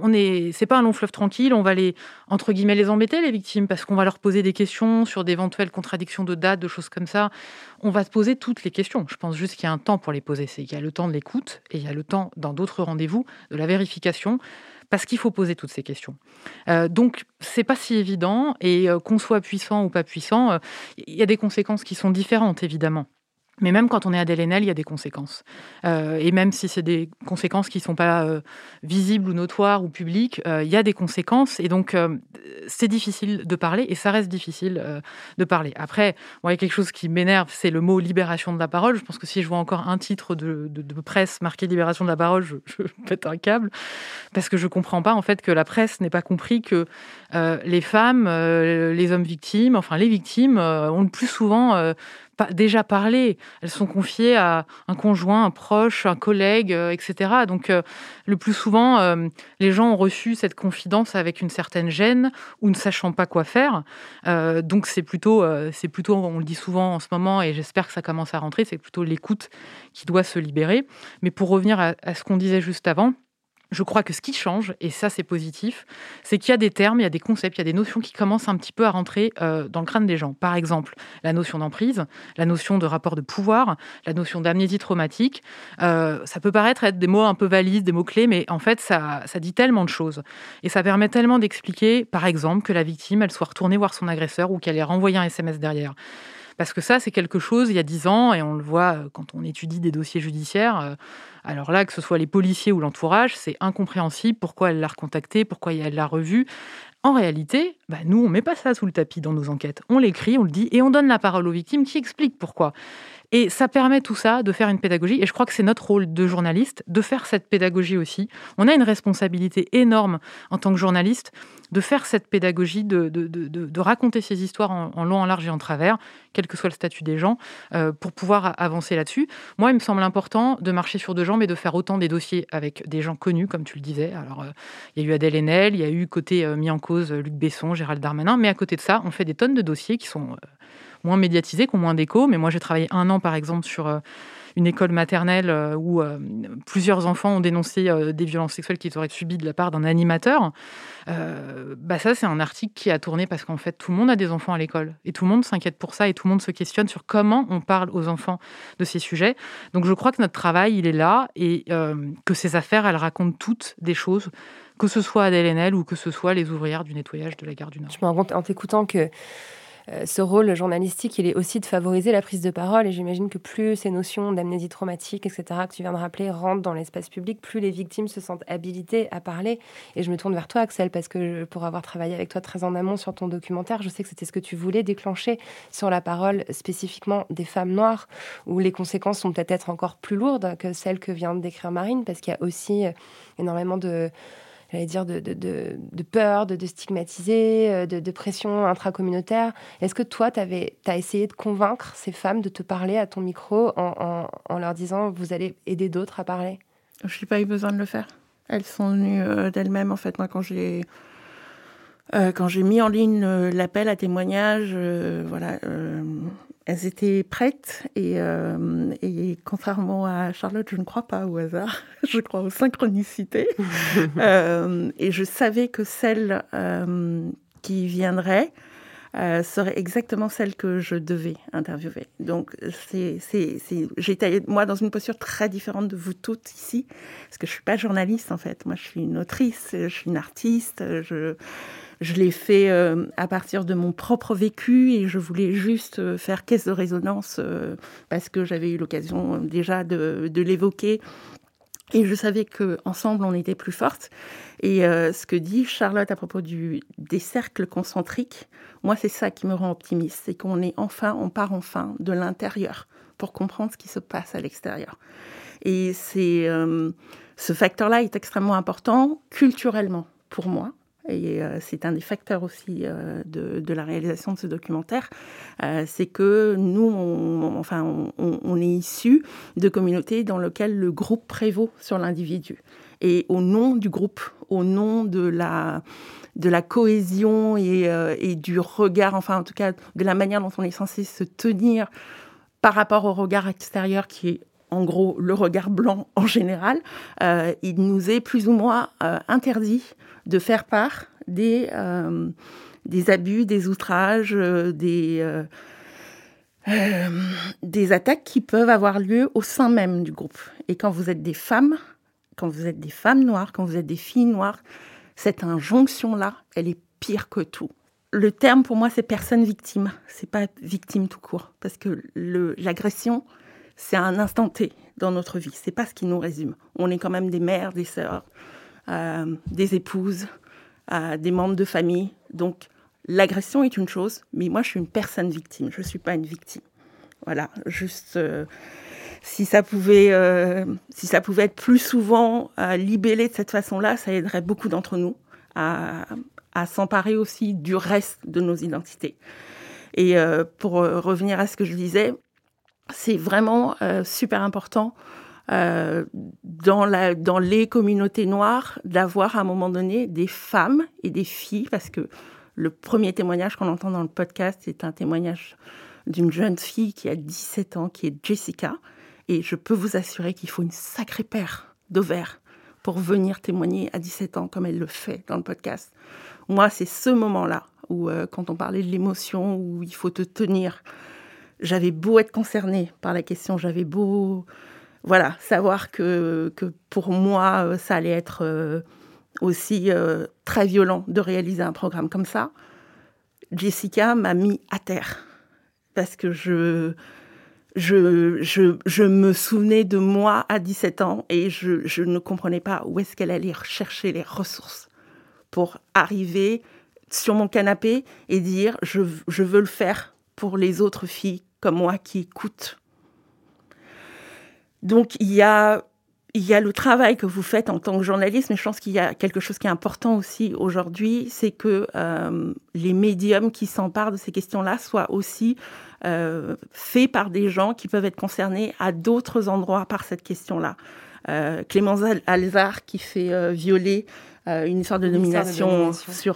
pas un long fleuve tranquille. On va entre guillemets, les embêter, les victimes, parce qu'on va leur poser des questions sur d'éventuelles contradictions de dates, de choses comme ça. On va se poser toutes les questions. Je pense juste qu'il y a un temps pour les poser. C'est qu'il y a le temps de l'écoute et il y a le temps, dans d'autres rendez-vous, de la vérification, parce qu'il faut poser toutes ces questions. Donc, c'est pas si évident. Et qu'on soit puissant ou pas puissant, il y a des conséquences qui sont différentes, évidemment. Mais même quand on est Adèle Haenel, il y a des conséquences. Et même si c'est des conséquences qui ne sont pas visibles ou notoires ou publiques, il y a des conséquences. Et donc, c'est difficile de parler, et ça reste difficile de parler. Après, il y a quelque chose qui m'énerve, c'est le mot « libération de la parole ». Je pense que si je vois encore un titre de presse marqué « libération de la parole », je pète un câble, parce que je ne comprends pas en fait que la presse n'ait pas compris que les femmes, les hommes victimes, les victimes ont le plus souvent... déjà parlé, elles sont confiées à un conjoint, un proche, un collègue, etc. Donc, le plus souvent, les gens ont reçu cette confidence avec une certaine gêne ou ne sachant pas quoi faire. Donc, c'est plutôt, on le dit souvent en ce moment, et j'espère que ça commence à rentrer, c'est plutôt l'écoute qui doit se libérer. Mais pour revenir à ce qu'on disait juste avant, je crois que ce qui change, et ça c'est positif, c'est qu'il y a des termes, il y a des concepts, il y a des notions qui commencent un petit peu à rentrer dans le crâne des gens. Par exemple, la notion d'emprise, la notion de rapport de pouvoir, la notion d'amnésie traumatique. Ça peut paraître être des mots un peu valises, des mots-clés, mais en fait, ça dit tellement de choses. Et ça permet tellement d'expliquer, par exemple, que la victime, elle soit retournée voir son agresseur ou qu'elle ait renvoyé un SMS derrière. Parce que ça, c'est quelque chose, il y a 10 ans, et on le voit quand on étudie des dossiers judiciaires, alors là, que ce soit les policiers ou l'entourage, c'est incompréhensible pourquoi elle l'a recontacté, pourquoi elle l'a revu. En réalité, nous, on ne met pas ça sous le tapis dans nos enquêtes. On l'écrit, on le dit, et on donne la parole aux victimes qui expliquent pourquoi. Et ça permet tout ça de faire une pédagogie. Et je crois que c'est notre rôle de journaliste de faire cette pédagogie aussi. On a une responsabilité énorme en tant que journaliste de faire cette pédagogie, de raconter ces histoires en long, en large et en travers, quel que soit le statut des gens, pour pouvoir avancer là-dessus. Moi, il me semble important de marcher sur deux jambes et de faire autant des dossiers avec des gens connus, comme tu le disais. Alors, il y a eu Adèle Haenel, il y a eu côté mis en cause Luc Besson, Gérald Darmanin, mais à côté de ça, on fait des tonnes de dossiers qui sont moins médiatisés, qui ont moins d'écho. Mais moi, j'ai travaillé 1 an, par exemple, sur une école maternelle où plusieurs enfants ont dénoncé des violences sexuelles qu'ils auraient subies de la part d'un animateur. Ça, c'est un article qui a tourné parce qu'en fait, tout le monde a des enfants à l'école. Et tout le monde s'inquiète pour ça et tout le monde se questionne sur comment on parle aux enfants de ces sujets. Donc, je crois que notre travail, il est là et que ces affaires, elles racontent toutes des choses, que ce soit Adèle Haenel ou que ce soit les ouvrières du nettoyage de la gare du Nord. Je me rends compte en t'écoutant que ce rôle journalistique, il est aussi de favoriser la prise de parole. Et j'imagine que plus ces notions d'amnésie traumatique, etc., que tu viens de rappeler, rentrent dans l'espace public, plus les victimes se sentent habilitées à parler. Et je me tourne vers toi, Axel, parce que pour avoir travaillé avec toi très en amont sur ton documentaire, je sais que c'était ce que tu voulais déclencher sur la parole spécifiquement des femmes noires, où les conséquences sont peut-être encore plus lourdes que celles que vient de décrire Marine, parce qu'il y a aussi énormément de peur, de stigmatiser, de pression intracommunautaire. Est-ce que toi, t'as essayé de convaincre ces femmes de te parler à ton micro en leur disant « vous allez aider d'autres à parler » ? Je n'ai pas eu besoin de le faire. Elles sont venues d'elles-mêmes. En fait, moi, quand j'ai mis en ligne l'appel à témoignage, elles étaient prêtes et contrairement à Charlotte, je ne crois pas au hasard, je crois aux synchronicités. Et je savais que celle qui viendrait serait exactement celle que je devais interviewer. Donc, j'étais, moi, dans une posture très différente de vous toutes ici, parce que je ne suis pas journaliste, en fait. Moi, je suis une autrice, je suis une artiste, je l'ai fait à partir de mon propre vécu et je voulais juste faire caisse de résonance parce que j'avais eu l'occasion déjà de l'évoquer. Et je savais qu'ensemble, on était plus fortes. Et ce que dit Charlotte à propos des cercles concentriques, moi, c'est ça qui me rend optimiste. C'est qu'on part enfin de l'intérieur pour comprendre ce qui se passe à l'extérieur. Et ce facteur-là est extrêmement important culturellement pour moi. Et c'est un des facteurs aussi de la réalisation de ce documentaire, c'est que nous, on est issus de communautés dans lesquelles le groupe prévaut sur l'individu. Et au nom du groupe, au nom de la cohésion et du regard, enfin en tout cas de la manière dont on est censé se tenir par rapport au regard extérieur qui est en gros le regard blanc en général, il nous est plus ou moins interdit de faire part des abus, des outrages, des attaques qui peuvent avoir lieu au sein même du groupe. Et quand vous êtes des femmes noires, quand vous êtes des filles noires, cette injonction-là, elle est pire que tout. Le terme pour moi, c'est personne victime. C'est pas victime tout court, parce que l'agression, c'est un instant T dans notre vie. C'est pas ce qui nous résume. On est quand même des mères, des sœurs, des épouses, des membres de famille. Donc, l'agression est une chose, mais moi, je suis une personne victime. Je ne suis pas une victime. Voilà, juste si ça pouvait être plus souvent libellé de cette façon-là, ça aiderait beaucoup d'entre nous à s'emparer aussi du reste de nos identités. Et pour revenir à ce que je disais, c'est vraiment super important dans les communautés noires, d'avoir à un moment donné des femmes et des filles, parce que le premier témoignage qu'on entend dans le podcast est un témoignage d'une jeune fille qui a 17 ans, qui est Jessica, et je peux vous assurer qu'il faut une sacrée paire d'ovaires pour venir témoigner à 17 ans comme elle le fait dans le podcast. Moi, c'est ce moment-là où, quand on parlait de l'émotion, où il faut te tenir, j'avais beau être concernée par la question, j'avais beau... Voilà, savoir que pour moi, ça allait être aussi très violent de réaliser un programme comme ça. Jessica m'a mis à terre parce que je me souvenais de moi à 17 ans et je ne comprenais pas où est-ce qu'elle allait chercher les ressources pour arriver sur mon canapé et dire je veux le faire pour les autres filles comme moi qui écoutent Donc, il y a le travail que vous faites en tant que journaliste, mais je pense qu'il y a quelque chose qui est important aussi aujourd'hui, c'est que les médiums qui s'emparent de ces questions-là soient aussi faits par des gens qui peuvent être concernés à d'autres endroits par cette question-là. Clémence Alzard qui fait violer une histoire de nomination sur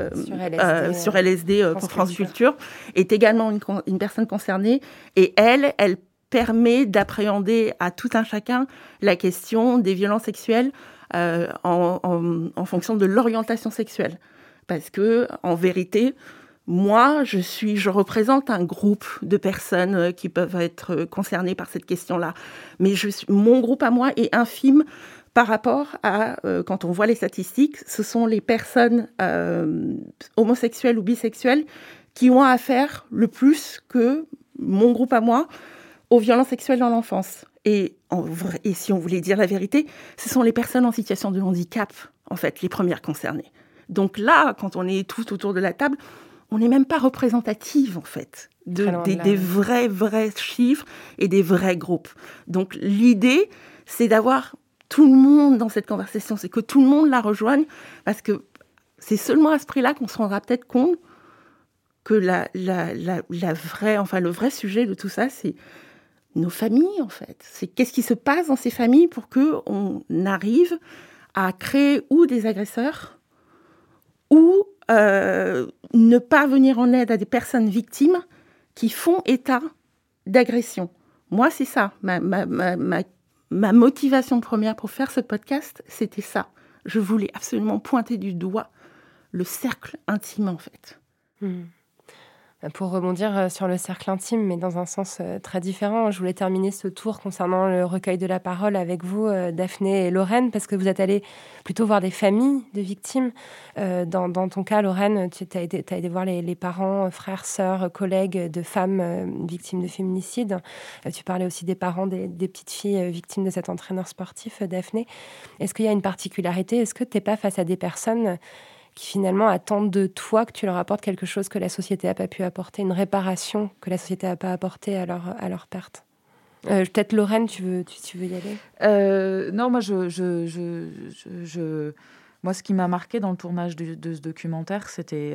LSD pour France Culture est également une personne concernée, et elle permet d'appréhender à tout un chacun la question des violences sexuelles en fonction de l'orientation sexuelle. Parce que, en vérité, moi, je représente un groupe de personnes qui peuvent être concernées par cette question-là. Mais mon groupe à moi est infime par rapport à, quand on voit les statistiques, ce sont les personnes homosexuelles ou bisexuelles qui ont affaire le plus que mon groupe à moi aux violences sexuelles dans l'enfance. Et si on voulait dire la vérité, ce sont les personnes en situation de handicap, en fait, les premières concernées. Donc là, quand on est tous autour de la table, on n'est même pas représentative, en fait, des vrais chiffres et des vrais groupes. Donc l'idée, c'est d'avoir tout le monde dans cette conversation, c'est que tout le monde la rejoigne, parce que c'est seulement à ce prix-là qu'on se rendra peut-être compte que le vrai sujet de tout ça, c'est nos familles, en fait. C'est qu'est-ce qui se passe dans ces familles pour qu'on arrive à créer ou des agresseurs ou ne pas venir en aide à des personnes victimes qui font état d'agression. Moi, c'est ça. Ma motivation première pour faire ce podcast, c'était ça. Je voulais absolument pointer du doigt le cercle intime, en fait. Pour rebondir sur le cercle intime, mais dans un sens très différent, je voulais terminer ce tour concernant le recueil de la parole avec vous, Daphné et Lorraine, parce que vous êtes allées plutôt voir des familles de victimes. Dans ton cas, Lorraine, tu as été voir les parents, frères, sœurs, collègues de femmes victimes de féminicide. Tu parlais aussi des parents des petites filles victimes de cet entraîneur sportif, Daphné. Est-ce qu'il y a une particularité ? Est-ce que tu n'es pas face à des personnes qui finalement attendent de toi que tu leur apportes quelque chose que la société n'a pas pu apporter, une réparation que la société n'a pas apportée à leur perte? Peut-être Lorraine, tu veux y aller? Non, moi, moi, ce qui m'a marqué dans le tournage de ce documentaire, c'était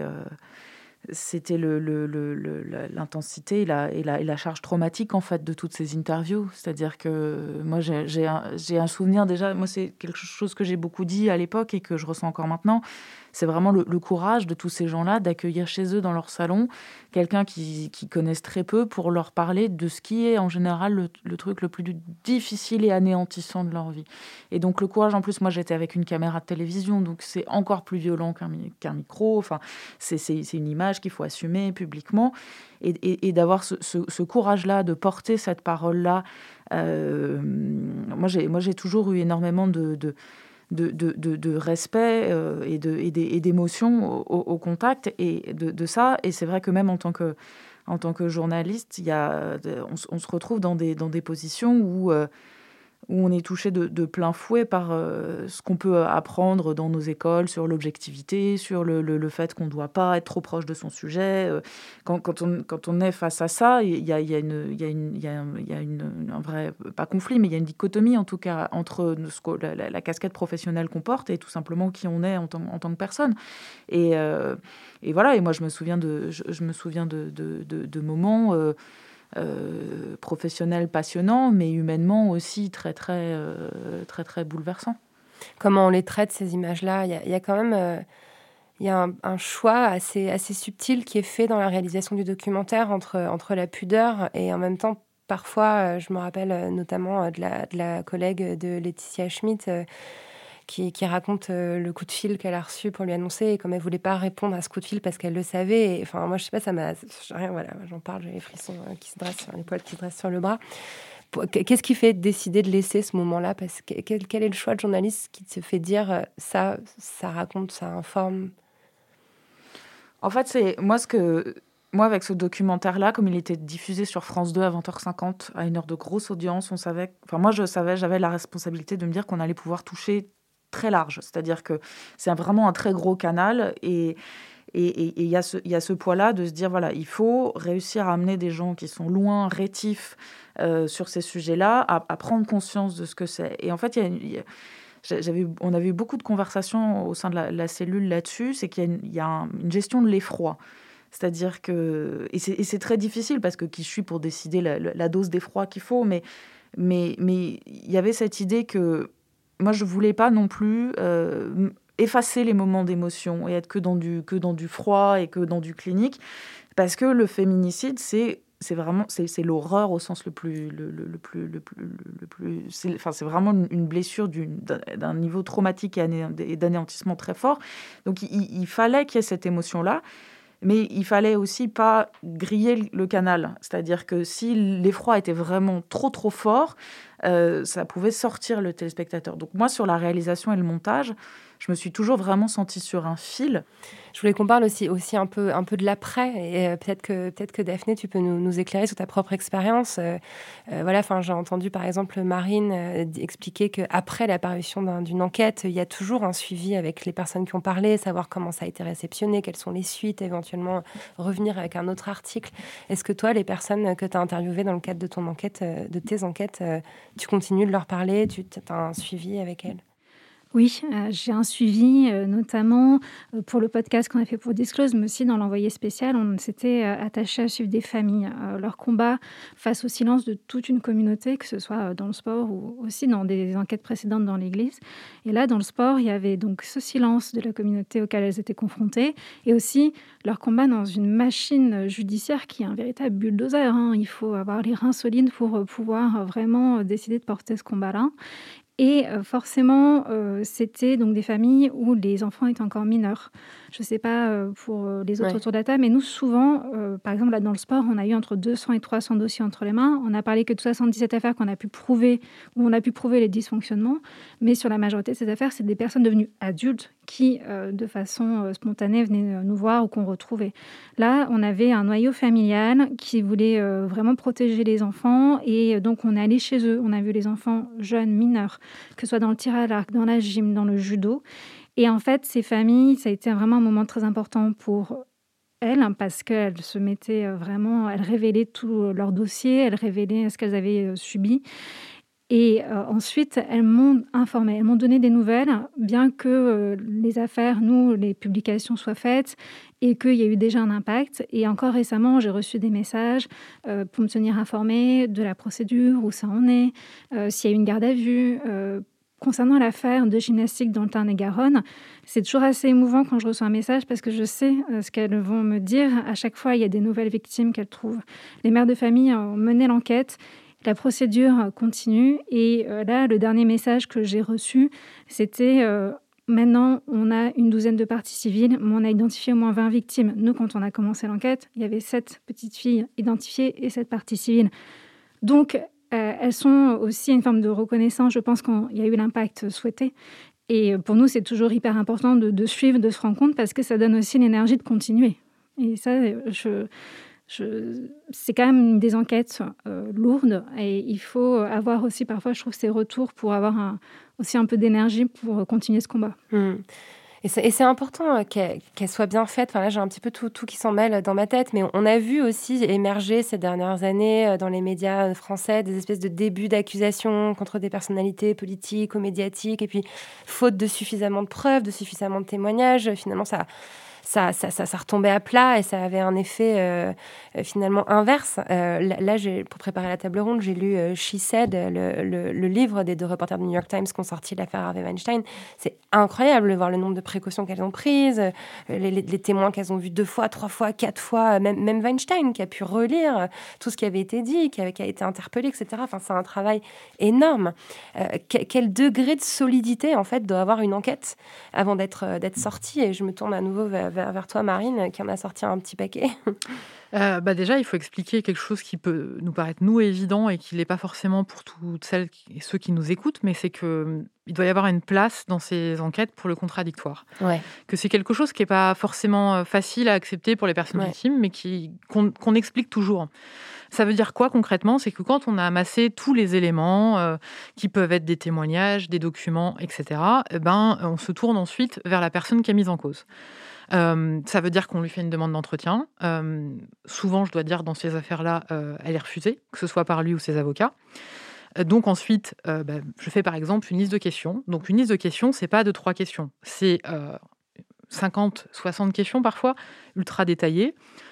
l'intensité et la charge traumatique, en fait, de toutes ces interviews. C'est-à-dire que moi, j'ai un souvenir déjà, moi, c'est quelque chose que j'ai beaucoup dit à l'époque et que je ressens encore maintenant. C'est vraiment le courage de tous ces gens-là d'accueillir chez eux, dans leur salon, quelqu'un qui connaissent très peu pour leur parler de ce qui est en général le truc le plus difficile et anéantissant de leur vie. Et donc le courage, en plus, moi j'étais avec une caméra de télévision, donc c'est encore plus violent qu'un micro. Enfin, c'est une image qu'il faut assumer publiquement. Et d'avoir ce courage-là, de porter cette parole-là. Moi j'ai toujours eu énormément de respect et d'émotion au contact et de ça. Et c'est vrai que même en tant que journaliste, on se retrouve dans des positions où on est touché de plein fouet par ce qu'on peut apprendre dans nos écoles sur l'objectivité, sur le fait qu'on ne doit pas être trop proche de son sujet. Quand on est face à ça, il y a un vrai, pas conflit, mais il y a une dichotomie en tout cas entre la casquette professionnelle qu'on porte et tout simplement qui on est en tant que personne. Et voilà, et moi je me souviens de moments professionnel passionnant, mais humainement aussi très bouleversant. Comment on les traite, ces images-là? Il y a quand même un choix assez subtil qui est fait dans la réalisation du documentaire entre la pudeur et en même temps, parfois, je me rappelle notamment de la collègue de Laetitia Schmitt qui raconte le coup de fil qu'elle a reçu pour lui annoncer, et comme elle voulait pas répondre à ce coup de fil parce qu'elle le savait. Enfin, moi, je sais pas, voilà, j'en parle, j'ai les frissons qui se dressent, les poils qui se dressent sur le bras. Qu'est-ce qui fait décider de laisser ce moment-là? Parce que quel est le choix de journaliste qui te fait dire ça raconte, ça informe? En fait, c'est moi, avec ce documentaire-là, comme il était diffusé sur France 2 à 20h50, à une heure de grosse audience, j'avais la responsabilité de me dire qu'on allait pouvoir toucher très large. C'est-à-dire que c'est vraiment un très gros canal et Et il y a ce poids-là de se dire, voilà, il faut réussir à amener des gens qui sont loin, rétifs sur ces sujets-là, à prendre conscience de ce que c'est. Et en fait, on avait eu beaucoup de conversations au sein de la cellule là-dessus, c'est qu'il y a une gestion de l'effroi. C'est-à-dire que... Et c'est très difficile, parce que qui je suis pour décider la dose d'effroi qu'il faut, mais il y avait cette idée que moi, je ne voulais pas non plus effacer les moments d'émotion et être que dans du froid et que dans du clinique, parce que le féminicide, c'est l'horreur au sens le plus c'est vraiment une blessure d'un niveau traumatique et d'anéantissement très fort. Donc il fallait qu'il y ait cette émotion-là, mais il fallait aussi pas griller le canal. C'est-à-dire que si l'effroi était vraiment trop fort, ça pouvait sortir le téléspectateur. Donc moi, sur la réalisation et le montage, je me suis toujours vraiment sentie sur un fil. Je voulais qu'on parle aussi un peu de l'après, et peut-être que Daphné, tu peux nous éclairer sur ta propre expérience. J'ai entendu par exemple Marine expliquer qu'après l'apparition d'une enquête, il y a toujours un suivi avec les personnes qui ont parlé, savoir comment ça a été réceptionné, quelles sont les suites, éventuellement revenir avec un autre article. Est-ce que toi, les personnes que tu as interviewées dans le cadre de ton enquête, de tes enquêtes, tu continues de leur parler, tu as un suivi avec elles? Oui, j'ai un suivi, notamment pour le podcast qu'on a fait pour Disclose, mais aussi dans l'envoyé spécial, on s'était attaché à suivre des familles, leur combat face au silence de toute une communauté, que ce soit dans le sport ou aussi dans des enquêtes précédentes dans l'Église. Et là, dans le sport, il y avait donc ce silence de la communauté auquel elles étaient confrontées, et aussi leur combat dans une machine judiciaire qui est un véritable bulldozer. Il faut avoir les reins solides pour pouvoir vraiment décider de porter ce combat-là. Et forcément, c'était donc des familles où les enfants étaient encore mineurs. Je ne sais pas pour les autres autour de la table, mais nous, souvent, par exemple, là, dans le sport, on a eu entre 200 et 300 dossiers entre les mains. On n'a parlé que de 77 affaires qu'on a pu prouver, où on a pu prouver les dysfonctionnements. Mais sur la majorité de ces affaires, c'est des personnes devenues adultes qui, de façon spontanée, venaient nous voir ou qu'on retrouvait. Là, on avait un noyau familial qui voulait vraiment protéger les enfants. Et donc, on est allé chez eux. On a vu les enfants jeunes, mineurs, que ce soit dans le tir à l'arc, dans la gym, dans le judo. Et en fait, ces familles, ça a été vraiment un moment très important pour elles, parce qu'elles se mettaient vraiment, elles révélaient tout leur dossier, elles révélaient ce qu'elles avaient subi. Et ensuite, elles m'ont informée, elles m'ont donné des nouvelles, bien que les affaires, les publications soient faites et qu'il y a eu déjà un impact. Et encore récemment, j'ai reçu des messages pour me tenir informée de la procédure, où ça en est, s'il y a eu une garde à vue. Concernant l'affaire de gymnastique dans le Tarn-et-Garonne, c'est toujours assez émouvant quand je reçois un message, parce que je sais ce qu'elles vont me dire. À chaque fois, il y a des nouvelles victimes qu'elles trouvent. Les mères de famille ont mené l'enquête. La procédure continue. Et là, le dernier message que j'ai reçu, c'était maintenant, on a une douzaine de parties civiles, mais on a identifié au moins 20 victimes. Nous, quand on a commencé l'enquête, il y avait 7 petites filles identifiées et 7 parties civiles. Donc, elles sont aussi une forme de reconnaissance, je pense, quand il y a eu l'impact souhaité. Et pour nous, c'est toujours hyper important de suivre, de se rendre compte, parce que ça donne aussi l'énergie de continuer. Et ça, c'est quand même des enquêtes lourdes, et il faut avoir aussi parfois, je trouve, ces retours pour avoir aussi un peu d'énergie pour continuer ce combat. Et c'est important qu'elle soit bien faite. Enfin, là, j'ai un petit peu tout qui s'en mêle dans ma tête, mais on a vu aussi émerger ces dernières années dans les médias français des espèces de débuts d'accusations contre des personnalités politiques ou médiatiques, et puis faute de suffisamment de preuves, de suffisamment de témoignages, finalement ça retombait à plat, et ça avait un effet finalement inverse. Là, pour préparer la table ronde, j'ai lu She Said, le livre des 2 reporters du New York Times qui ont sorti l'affaire Harvey Weinstein. C'est incroyable de voir le nombre de précautions qu'elles ont prises, les témoins qu'elles ont vus 2 fois, 3 fois, 4 fois, même Weinstein qui a pu relire tout ce qui avait été dit, qui a été interpellé, etc. Enfin, c'est un travail énorme. Quel degré de solidité, en fait, doit avoir une enquête avant d'être sortie? Et je me tourne à nouveau vers toi, Marine, qui en a sorti un petit paquet. Déjà, il faut expliquer quelque chose qui peut nous paraître, nous, évident, et qui n'est pas forcément pour toutes celles et ceux qui nous écoutent, mais c'est qu'il doit y avoir une place dans ces enquêtes pour le contradictoire. Ouais. Que c'est quelque chose qui n'est pas forcément facile à accepter pour les personnes victimes, mais qu'on explique toujours. Ça veut dire quoi concrètement ? C'est que quand on a amassé tous les éléments qui peuvent être des témoignages, des documents, etc., on se tourne ensuite vers la personne qui est mise en cause. Ça veut dire qu'on lui fait une demande d'entretien. Souvent, je dois dire, dans ces affaires-là, elle est refusée, que ce soit par lui ou ses avocats. Donc ensuite, je fais par exemple une liste de questions. Donc une liste de questions, c'est pas 2-3 questions. C'est 50, 60 questions parfois, ultra détaillées,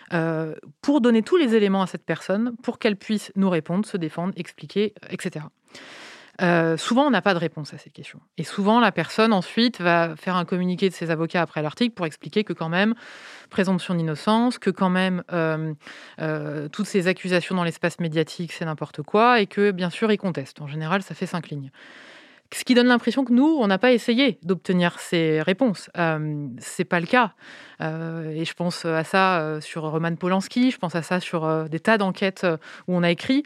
pour donner tous les éléments à cette personne, pour qu'elle puisse nous répondre, se défendre, expliquer, etc. Souvent, on n'a pas de réponse à ces questions. Et souvent, la personne, ensuite, va faire un communiqué de ses avocats après l'article pour expliquer que quand même, présomption d'innocence, que quand même, toutes ces accusations dans l'espace médiatique, c'est n'importe quoi, et que, bien sûr, ils contestent. En général, ça fait 5 lignes. Ce qui donne l'impression que nous, on n'a pas essayé d'obtenir ces réponses. C'est pas le cas. Et je pense à ça sur Roman Polanski, je pense à ça sur des tas d'enquêtes où on a écrit.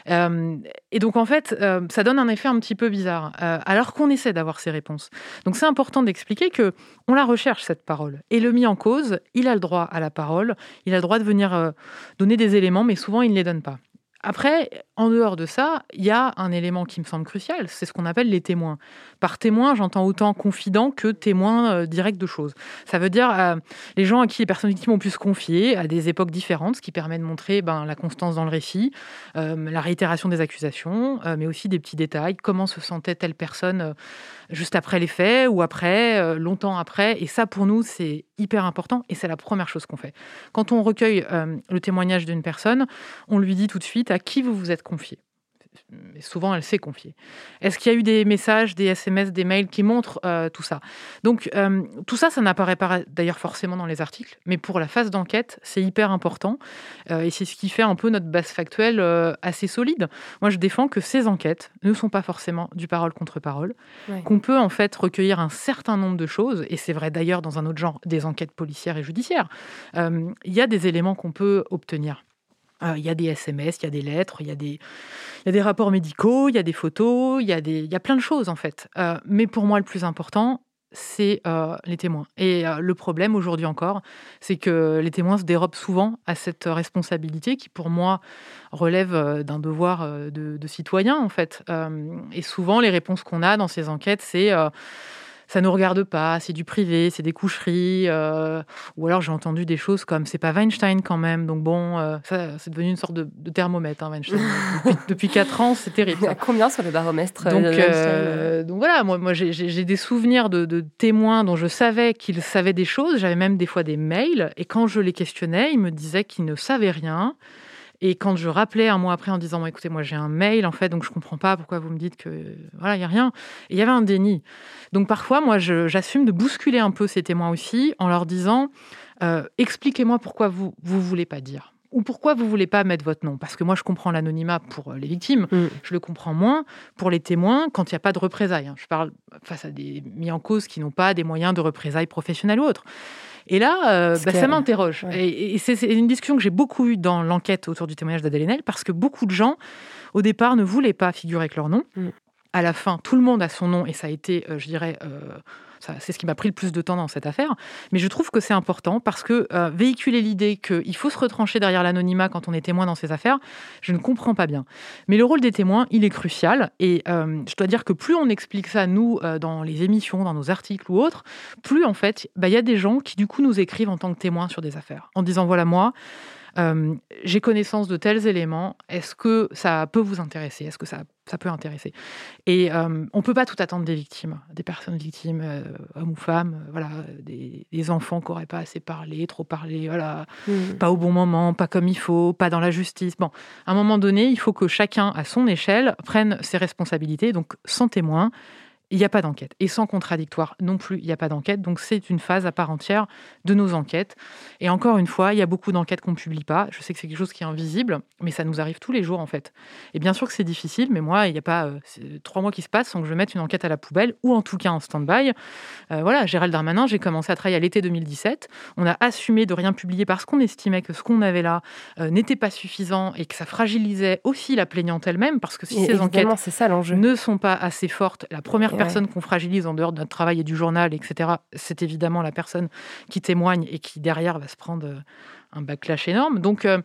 Et donc, en fait, ça donne un effet un petit peu bizarre, alors qu'on essaie d'avoir ces réponses. Donc, c'est important d'expliquer qu'on la recherche, cette parole. Et le mis en cause, il a le droit à la parole, il a le droit de venir donner des éléments, mais souvent, il ne les donne pas. Après, en dehors de ça, il y a un élément qui me semble crucial, c'est ce qu'on appelle les témoins. Par témoin, j'entends autant confident que témoin direct de choses. Ça veut dire les gens à qui les personnes victimes ont pu se confier à des époques différentes, ce qui permet de montrer la constance dans le récit, la réitération des accusations, mais aussi des petits détails, comment se sentait telle personne juste après les faits ou après, longtemps après. Et ça, pour nous, c'est hyper important et c'est la première chose qu'on fait. Quand on recueille le témoignage d'une personne, on lui dit tout de suite à qui vous vous êtes confié. Mais souvent, elle s'est confiée. Est-ce qu'il y a eu des messages, des SMS, des mails qui montrent tout ça ? Donc, tout ça, ça n'apparaît pas d'ailleurs forcément dans les articles, mais pour la phase d'enquête, c'est hyper important. Et c'est ce qui fait un peu notre base factuelle assez solide. Moi, je défends que ces enquêtes ne sont pas forcément du parole contre parole, qu'on peut en fait recueillir un certain nombre de choses, et c'est vrai d'ailleurs dans un autre genre, des enquêtes policières et judiciaires. Il y a des éléments qu'on peut obtenir. Il y a des SMS, il y a des lettres, il y a des rapports médicaux, il y a des photos, il y a plein de choses en fait. Mais pour moi, le plus important, c'est les témoins. Et le problème aujourd'hui encore, c'est que les témoins se dérobent souvent à cette responsabilité qui, pour moi, relève d'un devoir de citoyen en fait. Et souvent, les réponses qu'on a dans ces enquêtes, c'est ça ne nous regarde pas, c'est du privé, c'est des coucheries. Ou alors j'ai entendu des choses comme c'est pas Weinstein quand même. Donc bon, ça, c'est devenu une sorte de thermomètre, hein, Weinstein. Depuis 4 ans, c'est terrible. Ça. À combien sur le baromètre Donc voilà, moi j'ai des souvenirs de témoins dont je savais qu'ils savaient des choses. J'avais même des fois des mails. Et quand je les questionnais, ils me disaient qu'ils ne savaient rien. Et quand je rappelais un mois après en disant écoutez, moi j'ai un mail en fait, donc je comprends pas pourquoi vous me dites que voilà, il y a rien. Et il y avait un déni. Donc parfois, moi j'assume de bousculer un peu ces témoins aussi en leur disant expliquez-moi pourquoi vous voulez pas dire. Ou pourquoi vous voulez pas mettre votre nom ? Parce que moi, je comprends l'anonymat pour les victimes, je le comprends moins pour les témoins quand il n'y a pas de représailles. Je parle face à des mis en cause qui n'ont pas des moyens de représailles professionnelles ou autres. Et là, ça m'interroge. Ouais. Et c'est une discussion que j'ai beaucoup eue dans l'enquête autour du témoignage d'Adèle Haenel, parce que beaucoup de gens, au départ, ne voulaient pas figurer avec leur nom. À la fin, tout le monde a son nom, et ça a été, je dirais... c'est ce qui m'a pris le plus de temps dans cette affaire. Mais je trouve que c'est important parce que véhiculer l'idée qu'il faut se retrancher derrière l'anonymat quand on est témoin dans ces affaires, je ne comprends pas bien. Mais le rôle des témoins, il est crucial. Et je dois dire que plus on explique ça, nous, dans les émissions, dans nos articles ou autres, plus, en fait, y a des gens qui, du coup, nous écrivent en tant que témoins sur des affaires. En disant, voilà, moi... j'ai connaissance de tels éléments, est-ce que ça peut vous intéresser ? Est-ce que ça peut intéresser ? Et on ne peut pas tout attendre des victimes, des personnes victimes, hommes ou femmes, voilà, des enfants qui n'auraient pas assez parlé, trop parlé, voilà, pas au bon moment, pas comme il faut, pas dans la justice. Bon, à un moment donné, il faut que chacun, à son échelle, prenne ses responsabilités, donc sans témoin. Il n'y a pas d'enquête. Et sans contradictoire non plus, il n'y a pas d'enquête. Donc, c'est une phase à part entière de nos enquêtes. Et encore une fois, il y a beaucoup d'enquêtes qu'on ne publie pas. Je sais que c'est quelque chose qui est invisible, mais ça nous arrive tous les jours, en fait. Et bien sûr que c'est difficile, mais moi, il n'y a pas 3 mois qui se passent sans que je mette une enquête à la poubelle, ou en tout cas en stand-by. Voilà, Gérald Darmanin, j'ai commencé à travailler à l'été 2017. On a assumé de rien publier parce qu'on estimait que ce qu'on avait là n'était pas suffisant et que ça fragilisait aussi la plaignante elle-même, parce que si ces enquêtes ne sont pas assez fortes, la première personne qu'on fragilise en dehors de notre travail et du journal, etc., c'est évidemment la personne qui témoigne et qui, derrière, va se prendre un backlash énorme. Donc,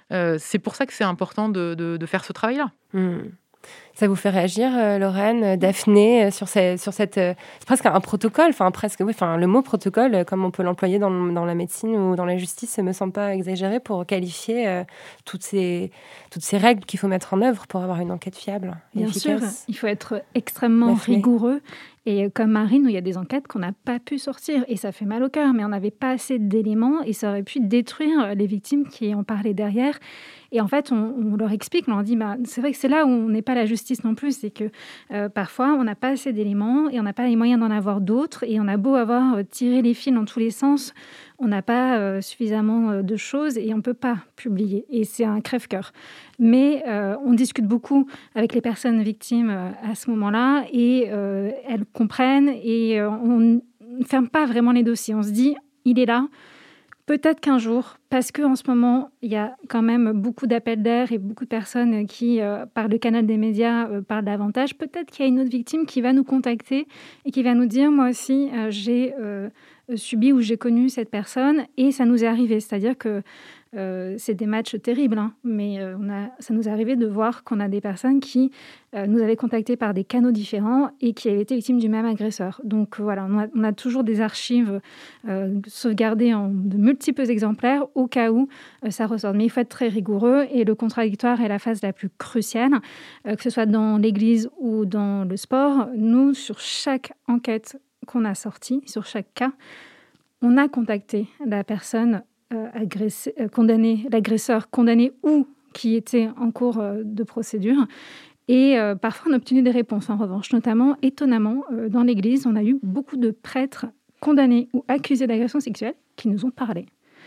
C'est pour ça que c'est important de faire ce travail-là. Ça vous fait réagir, Lorraine, Daphné, sur cette... c'est presque un protocole, le mot protocole, comme on peut l'employer dans la médecine ou dans la justice, ne me semble pas exagéré pour qualifier toutes ces règles qu'il faut mettre en œuvre pour avoir une enquête fiable et Bien efficace. sûr, il faut être extrêmement rigoureux. Et comme Marine, où il y a des enquêtes qu'on n'a pas pu sortir. Et ça fait mal au cœur, mais on n'avait pas assez d'éléments et ça aurait pu détruire les victimes qui en parlaient derrière. Et en fait, on leur explique, on leur dit, c'est vrai que c'est là où on n'est pas la justice non plus, c'est que parfois, on n'a pas assez d'éléments et on n'a pas les moyens d'en avoir d'autres. Et on a beau avoir tiré les fils dans tous les sens, on n'a pas suffisamment de choses et on ne peut pas publier. Et c'est un crève-cœur. Mais on discute beaucoup avec les personnes victimes à ce moment-là et elles comprennent et on ne ferme pas vraiment les dossiers. On se dit, il est là. Peut-être qu'un jour, parce qu'en ce moment, il y a quand même beaucoup d'appels d'air et beaucoup de personnes qui, par le canal des médias, parlent davantage, peut-être qu'il y a une autre victime qui va nous contacter et qui va nous dire « Moi aussi, j'ai subi ou j'ai connu cette personne et ça nous est arrivé ». C'est-à-dire que c'est des matchs terribles, mais ça nous est arrivé de voir qu'on a des personnes qui nous avaient contactés par des canaux différents et qui avaient été victimes du même agresseur. Donc voilà, on a toujours des archives sauvegardées en de multiples exemplaires au cas où ça ressorte. Mais il faut être très rigoureux et le contradictoire est la phase la plus cruciale, que ce soit dans l'église ou dans le sport. Nous, sur chaque enquête qu'on a sortie, sur chaque cas, on a contacté la personne condamné, l'agresseur condamné ou qui était en cours de procédure. Et parfois, on a obtenu des réponses, en revanche. Notamment, étonnamment, dans l'Église, on a eu beaucoup de prêtres condamnés ou accusés d'agression sexuelle qui nous ont parlé.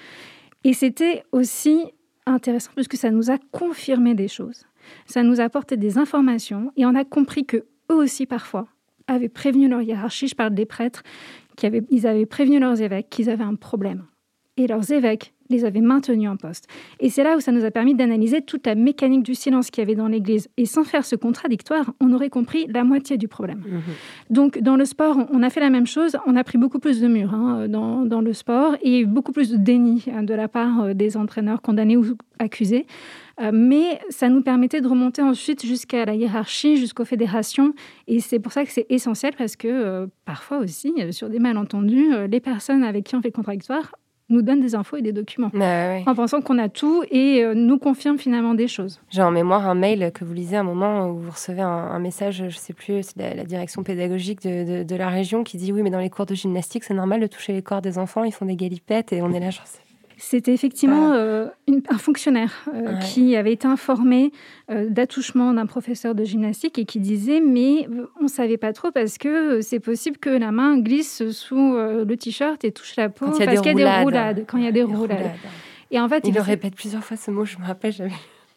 Et c'était aussi intéressant parce que ça nous a confirmé des choses. Ça nous a apporté des informations et on a compris qu'eux aussi, parfois, avaient prévenu leur hiérarchie. Je parle des prêtres. Ils avaient prévenu leurs évêques qu'ils avaient un problème. Et leurs évêques les avaient maintenus en poste. Et c'est là où ça nous a permis d'analyser toute la mécanique du silence qu'il y avait dans l'Église. Et sans faire ce contradictoire, on aurait compris la moitié du problème. Donc, dans le sport, on a fait la même chose. On a pris beaucoup plus de murs dans le sport et beaucoup plus de déni de la part des entraîneurs condamnés ou accusés. Mais ça nous permettait de remonter ensuite jusqu'à la hiérarchie, jusqu'aux fédérations. Et c'est pour ça que c'est essentiel parce que parfois aussi, sur des malentendus, les personnes avec qui on fait le contradictoire nous donnent des infos et des documents en pensant qu'on a tout et nous confirment finalement des choses. J'ai en mémoire un mail que vous lisez à un moment où vous recevez un message, je ne sais plus, c'est la direction pédagogique de la région qui dit « Oui, mais dans les cours de gymnastique, c'est normal de toucher les corps des enfants, ils font des galipettes. » Et on est là, genre... C'était effectivement un fonctionnaire qui avait été informé d'attouchement d'un professeur de gymnastique et qui disait « Mais on ne savait pas trop parce que c'est possible que la main glisse sous le t-shirt et touche la peau parce qu'il y a des roulades. » Quand il y a des roulades. Et en fait, il le répète plusieurs fois ce mot, je me rappelle jamais.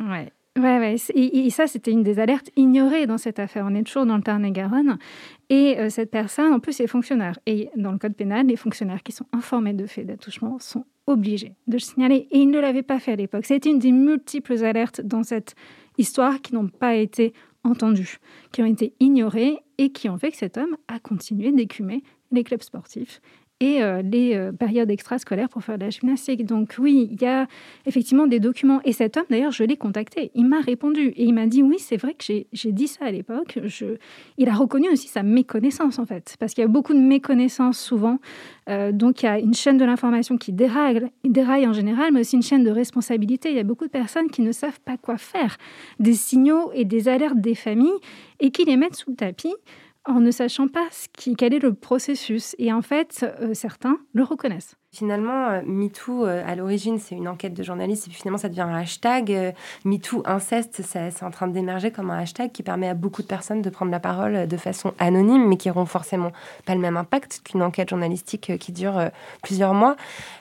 Ouais. Et ça, c'était une des alertes ignorées dans cette affaire. On est toujours dans le Tarn-et-Garonne. Et cette personne, en plus, est fonctionnaire. Et dans le code pénal, les fonctionnaires qui sont informés de faits d'attouchement sont obligés de le signaler. Et ils ne l'avaient pas fait à l'époque. Ça a été une des multiples alertes dans cette histoire qui n'ont pas été entendues, qui ont été ignorées et qui ont fait que cet homme a continué d'écumer les clubs sportifs et les périodes extrascolaires pour faire de la gymnastique. Donc oui, il y a effectivement des documents. Et cet homme, d'ailleurs, je l'ai contacté. Il m'a répondu. Et il m'a dit, oui, c'est vrai que j'ai dit ça à l'époque. Il a reconnu aussi sa méconnaissance, en fait. Parce qu'il y a beaucoup de méconnaissance souvent. Donc il y a une chaîne de l'information qui déraille en général, mais aussi une chaîne de responsabilité. Il y a beaucoup de personnes qui ne savent pas quoi faire. Des signaux et des alertes des familles et qui les mettent sous le tapis en ne sachant pas quel est le processus. Et en fait, certains le reconnaissent. Finalement, MeToo, à l'origine, c'est une enquête de journalistes, et puis finalement, ça devient un hashtag. MeToo inceste, c'est en train d'émerger comme un hashtag qui permet à beaucoup de personnes de prendre la parole de façon anonyme, mais qui n'auront forcément pas le même impact qu'une enquête journalistique qui dure plusieurs mois.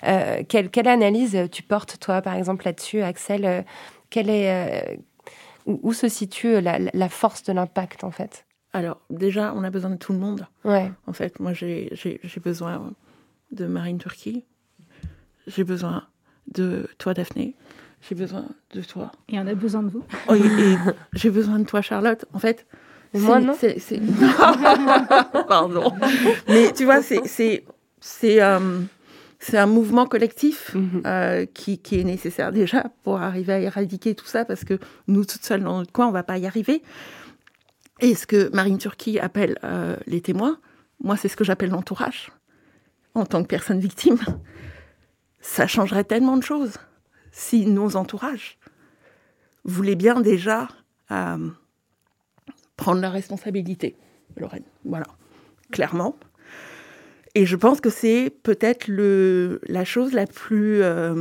Quelle analyse tu portes, toi, par exemple, là-dessus, Axel? Où se situe la force de l'impact, en fait? Alors, déjà, on a besoin de tout le monde. Ouais. En fait, moi, j'ai besoin de Marine Turki. J'ai besoin de toi, Daphné. J'ai besoin de toi. Et on a besoin de vous. Oh, et j'ai besoin de toi, Charlotte. En fait, moi, non. Pardon. Mais tu vois, c'est c'est un mouvement collectif qui est nécessaire déjà pour arriver à éradiquer tout ça, parce que nous, toutes seules dans notre coin, on ne va pas y arriver. Et ce que Marine Turki appelle les témoins, moi, c'est ce que j'appelle l'entourage. En tant que personne victime, ça changerait tellement de choses si nos entourages voulaient bien déjà prendre la responsabilité, Lorraine. Voilà, clairement. Et je pense que c'est peut-être la chose la plus...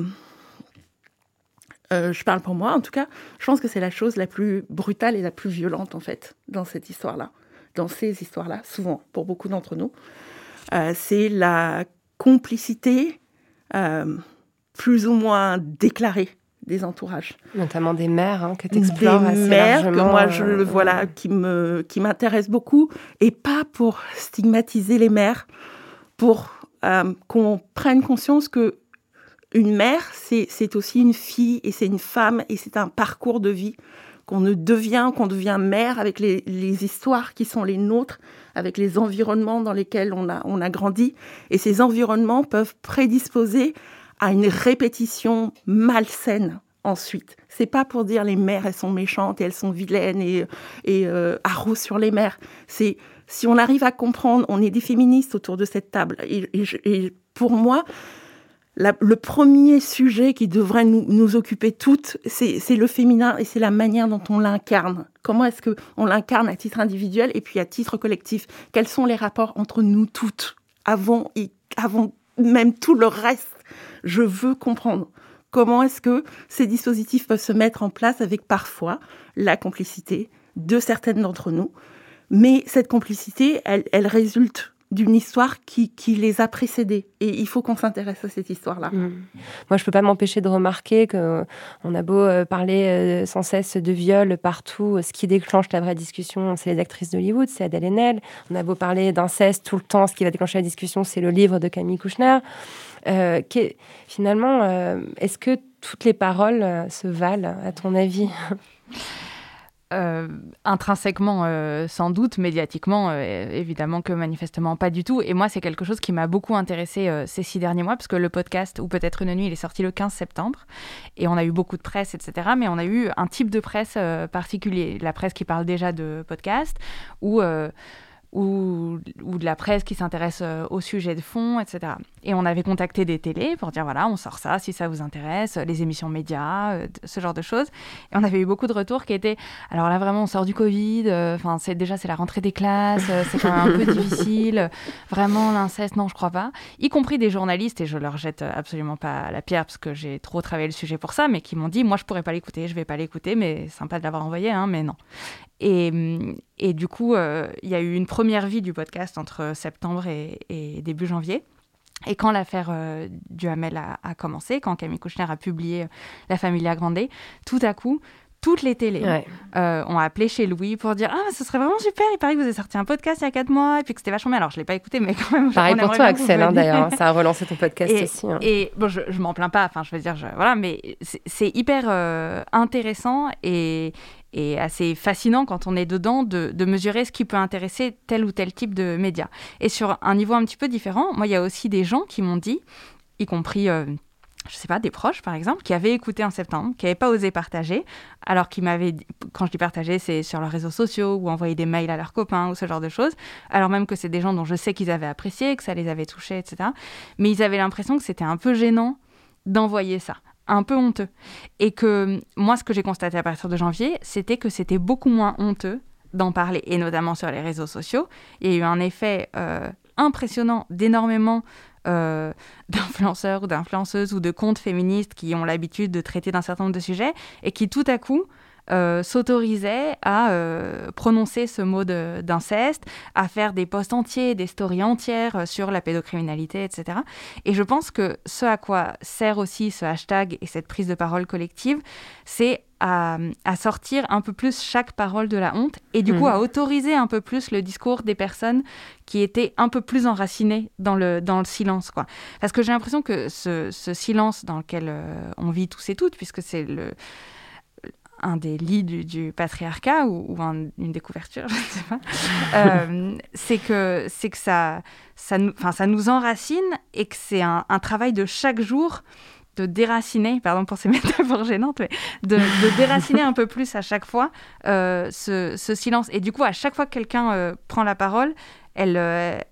je parle pour moi, en tout cas. Je pense que c'est la chose la plus brutale et la plus violente, en fait, dans cette histoire-là. Dans ces histoires-là, souvent, pour beaucoup d'entre nous. C'est la complicité plus ou moins déclarée des entourages. Notamment des mères que tu explores assez largement. Des mères que qui m'intéressent beaucoup. Et pas pour stigmatiser les mères, pour qu'on prenne conscience que une mère, c'est aussi une fille et c'est une femme et c'est un parcours de vie qu'on devient mère avec les histoires qui sont les nôtres, avec les environnements dans lesquels on a grandi. Et ces environnements peuvent prédisposer à une répétition malsaine ensuite. C'est pas pour dire les mères, elles sont méchantes et elles sont vilaines et haro sur les mères. C'est si on arrive à comprendre, on est des féministes autour de cette table. Et pour moi, le premier sujet qui devrait nous occuper toutes, c'est le féminin et c'est la manière dont on l'incarne. Comment est-ce qu'on l'incarne à titre individuel et puis à titre collectif? Quels sont les rapports entre nous toutes, avant même tout le reste? Je veux comprendre. Comment est-ce que ces dispositifs peuvent se mettre en place avec parfois la complicité de certaines d'entre nous? Mais cette complicité, elle résulte d'une histoire qui les a précédés. Et il faut qu'on s'intéresse à cette histoire-là. Moi, je ne peux pas m'empêcher de remarquer qu'on a beau parler sans cesse de viol partout, ce qui déclenche la vraie discussion, c'est les actrices d'Hollywood, c'est Adèle Haenel. On a beau parler d'inceste tout le temps, ce qui va déclencher la discussion, c'est le livre de Camille Kouchner. Finalement, est-ce que toutes les paroles se valent, à ton avis ? Intrinsèquement, sans doute, médiatiquement, évidemment que manifestement pas du tout. Et moi, c'est quelque chose qui m'a beaucoup intéressée ces 6 derniers mois, parce que le podcast, ou peut-être une nuit, il est sorti le 15 septembre. Et on a eu beaucoup de presse, etc. Mais on a eu un type de presse particulier. La presse qui parle déjà de podcast, ou de la presse qui s'intéresse au sujet de fond, etc. Et on avait contacté des télés pour dire, voilà, on sort ça, si ça vous intéresse, les émissions médias, ce genre de choses. Et on avait eu beaucoup de retours qui étaient, alors là, vraiment, on sort du Covid, c'est la rentrée des classes, c'est quand même un peu difficile, vraiment, l'inceste, non, je crois pas. Y compris des journalistes, et je leur jette absolument pas la pierre, parce que j'ai trop travaillé le sujet pour ça, mais qui m'ont dit, moi, je pourrais pas l'écouter, je vais pas l'écouter, mais sympa de l'avoir envoyé, mais non. Et du coup, il y a eu une première vie du podcast entre septembre et début janvier. Et quand l'affaire Duhamel a commencé, quand Camille Kouchner a publié La Familia Grande, tout à coup, toutes les télés ont appelé chez Louis pour dire « Ah, ce serait vraiment super, il paraît que vous avez sorti un podcast il y a 4 mois, et puis que c'était vachement bien. » Alors, je ne l'ai pas écouté, mais quand même... Pareil pour toi, Axel, d'ailleurs. Ça a relancé ton podcast aussi. Et bon, je m'en plains pas, je veux dire, voilà, mais c'est hyper intéressant et assez fascinant quand on est dedans de mesurer ce qui peut intéresser tel ou tel type de médias. Et sur un niveau un petit peu différent, moi, il y a aussi des gens qui m'ont dit, y compris... je sais pas, des proches, par exemple, qui avaient écouté en septembre, qui n'avaient pas osé partager, alors qu'ils m'avaient dit, quand je dis partager, c'est sur leurs réseaux sociaux ou envoyer des mails à leurs copains ou ce genre de choses, alors même que c'est des gens dont je sais qu'ils avaient apprécié, que ça les avait touchés, etc. Mais ils avaient l'impression que c'était un peu gênant d'envoyer ça, un peu honteux. Et que moi, ce que j'ai constaté à partir de janvier, c'était que c'était beaucoup moins honteux d'en parler, et notamment sur les réseaux sociaux. Il y a eu un effet impressionnant d'énormément d'influenceurs ou d'influenceuses ou de comptes féministes qui ont l'habitude de traiter d'un certain nombre de sujets et qui tout à coup s'autorisaient à prononcer ce mot d'inceste, à faire des posts entiers, des stories entières sur la pédocriminalité, etc. Et je pense que ce à quoi sert aussi ce hashtag et cette prise de parole collective, c'est à sortir un peu plus chaque parole de la honte et du coup à autoriser un peu plus le discours des personnes qui étaient un peu plus enracinées dans le silence, quoi. Parce que j'ai l'impression que ce silence dans lequel on vit tous et toutes, puisque c'est un des lits du patriarcat ou une des couvertures, je ne sais pas, c'est que ça nous enracine et que c'est un travail de chaque jour de déraciner, pardon pour ces métaphores gênantes, mais de déraciner un peu plus à chaque fois ce silence. Et du coup, à chaque fois que quelqu'un prend la parole, elle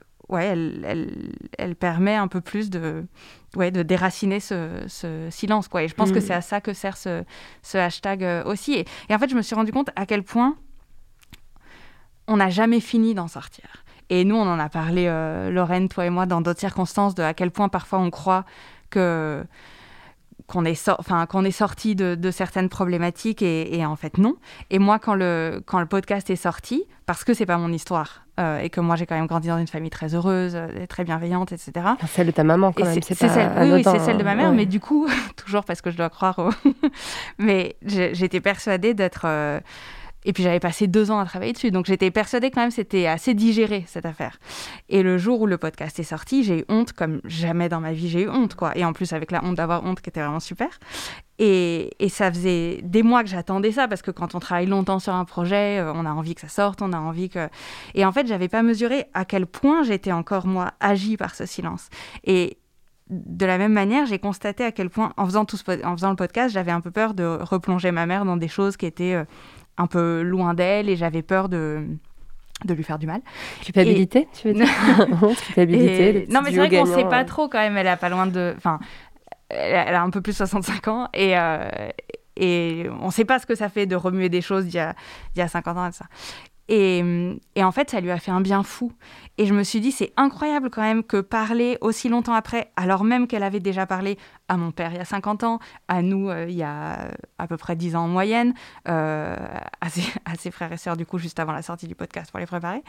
permet un peu plus de déraciner ce silence, quoi. Et je pense que c'est à ça que sert ce hashtag aussi. Et en fait, je me suis rendu compte à quel point on n'a jamais fini d'en sortir. Et nous, on en a parlé, Lorraine, toi et moi, dans d'autres circonstances, de à quel point parfois on croit qu'on est sorti de certaines problématiques et en fait non. Et moi, quand le podcast est sorti, parce que c'est pas mon histoire et que moi j'ai quand même grandi dans une famille très heureuse, très bienveillante, etc. Celle de ta maman quand même, c'est pas anodin, oui, c'est celle de ma mère, mais du coup, toujours parce que je dois croire mais j'étais persuadée d'être... Et puis j'avais passé 2 ans à travailler dessus, donc j'étais persuadée quand même que c'était assez digéré, cette affaire. Et le jour où le podcast est sorti, j'ai eu honte comme jamais dans ma vie j'ai eu honte, quoi. Et en plus avec la honte d'avoir honte qui était vraiment super. Et ça faisait des mois que j'attendais ça, parce que quand on travaille longtemps sur un projet, on a envie que ça sorte, on a envie que... Et en fait, j'avais pas mesuré à quel point j'étais encore, moi, agie par ce silence. Et de la même manière, j'ai constaté à quel point, en faisant le podcast, j'avais un peu peur de replonger ma mère dans des choses qui étaient... un peu loin d'elle, et j'avais peur de lui faire du mal. Culpabilité, tu veux dire? Culpabilité. Non, mais c'est vrai qu'on ne sait pas trop quand même. Elle a pas loin de... Enfin, elle a un peu plus de 65 ans et on ne sait pas ce que ça fait de remuer des choses d'il y a 50 ans et ça. Et en fait, ça lui a fait un bien fou. Et je me suis dit, c'est incroyable quand même que parler aussi longtemps après, alors même qu'elle avait déjà parlé à mon père il y a 50 ans, à nous il y a à peu près 10 ans en moyenne, à ses frères et sœurs, du coup, juste avant la sortie du podcast pour les préparer.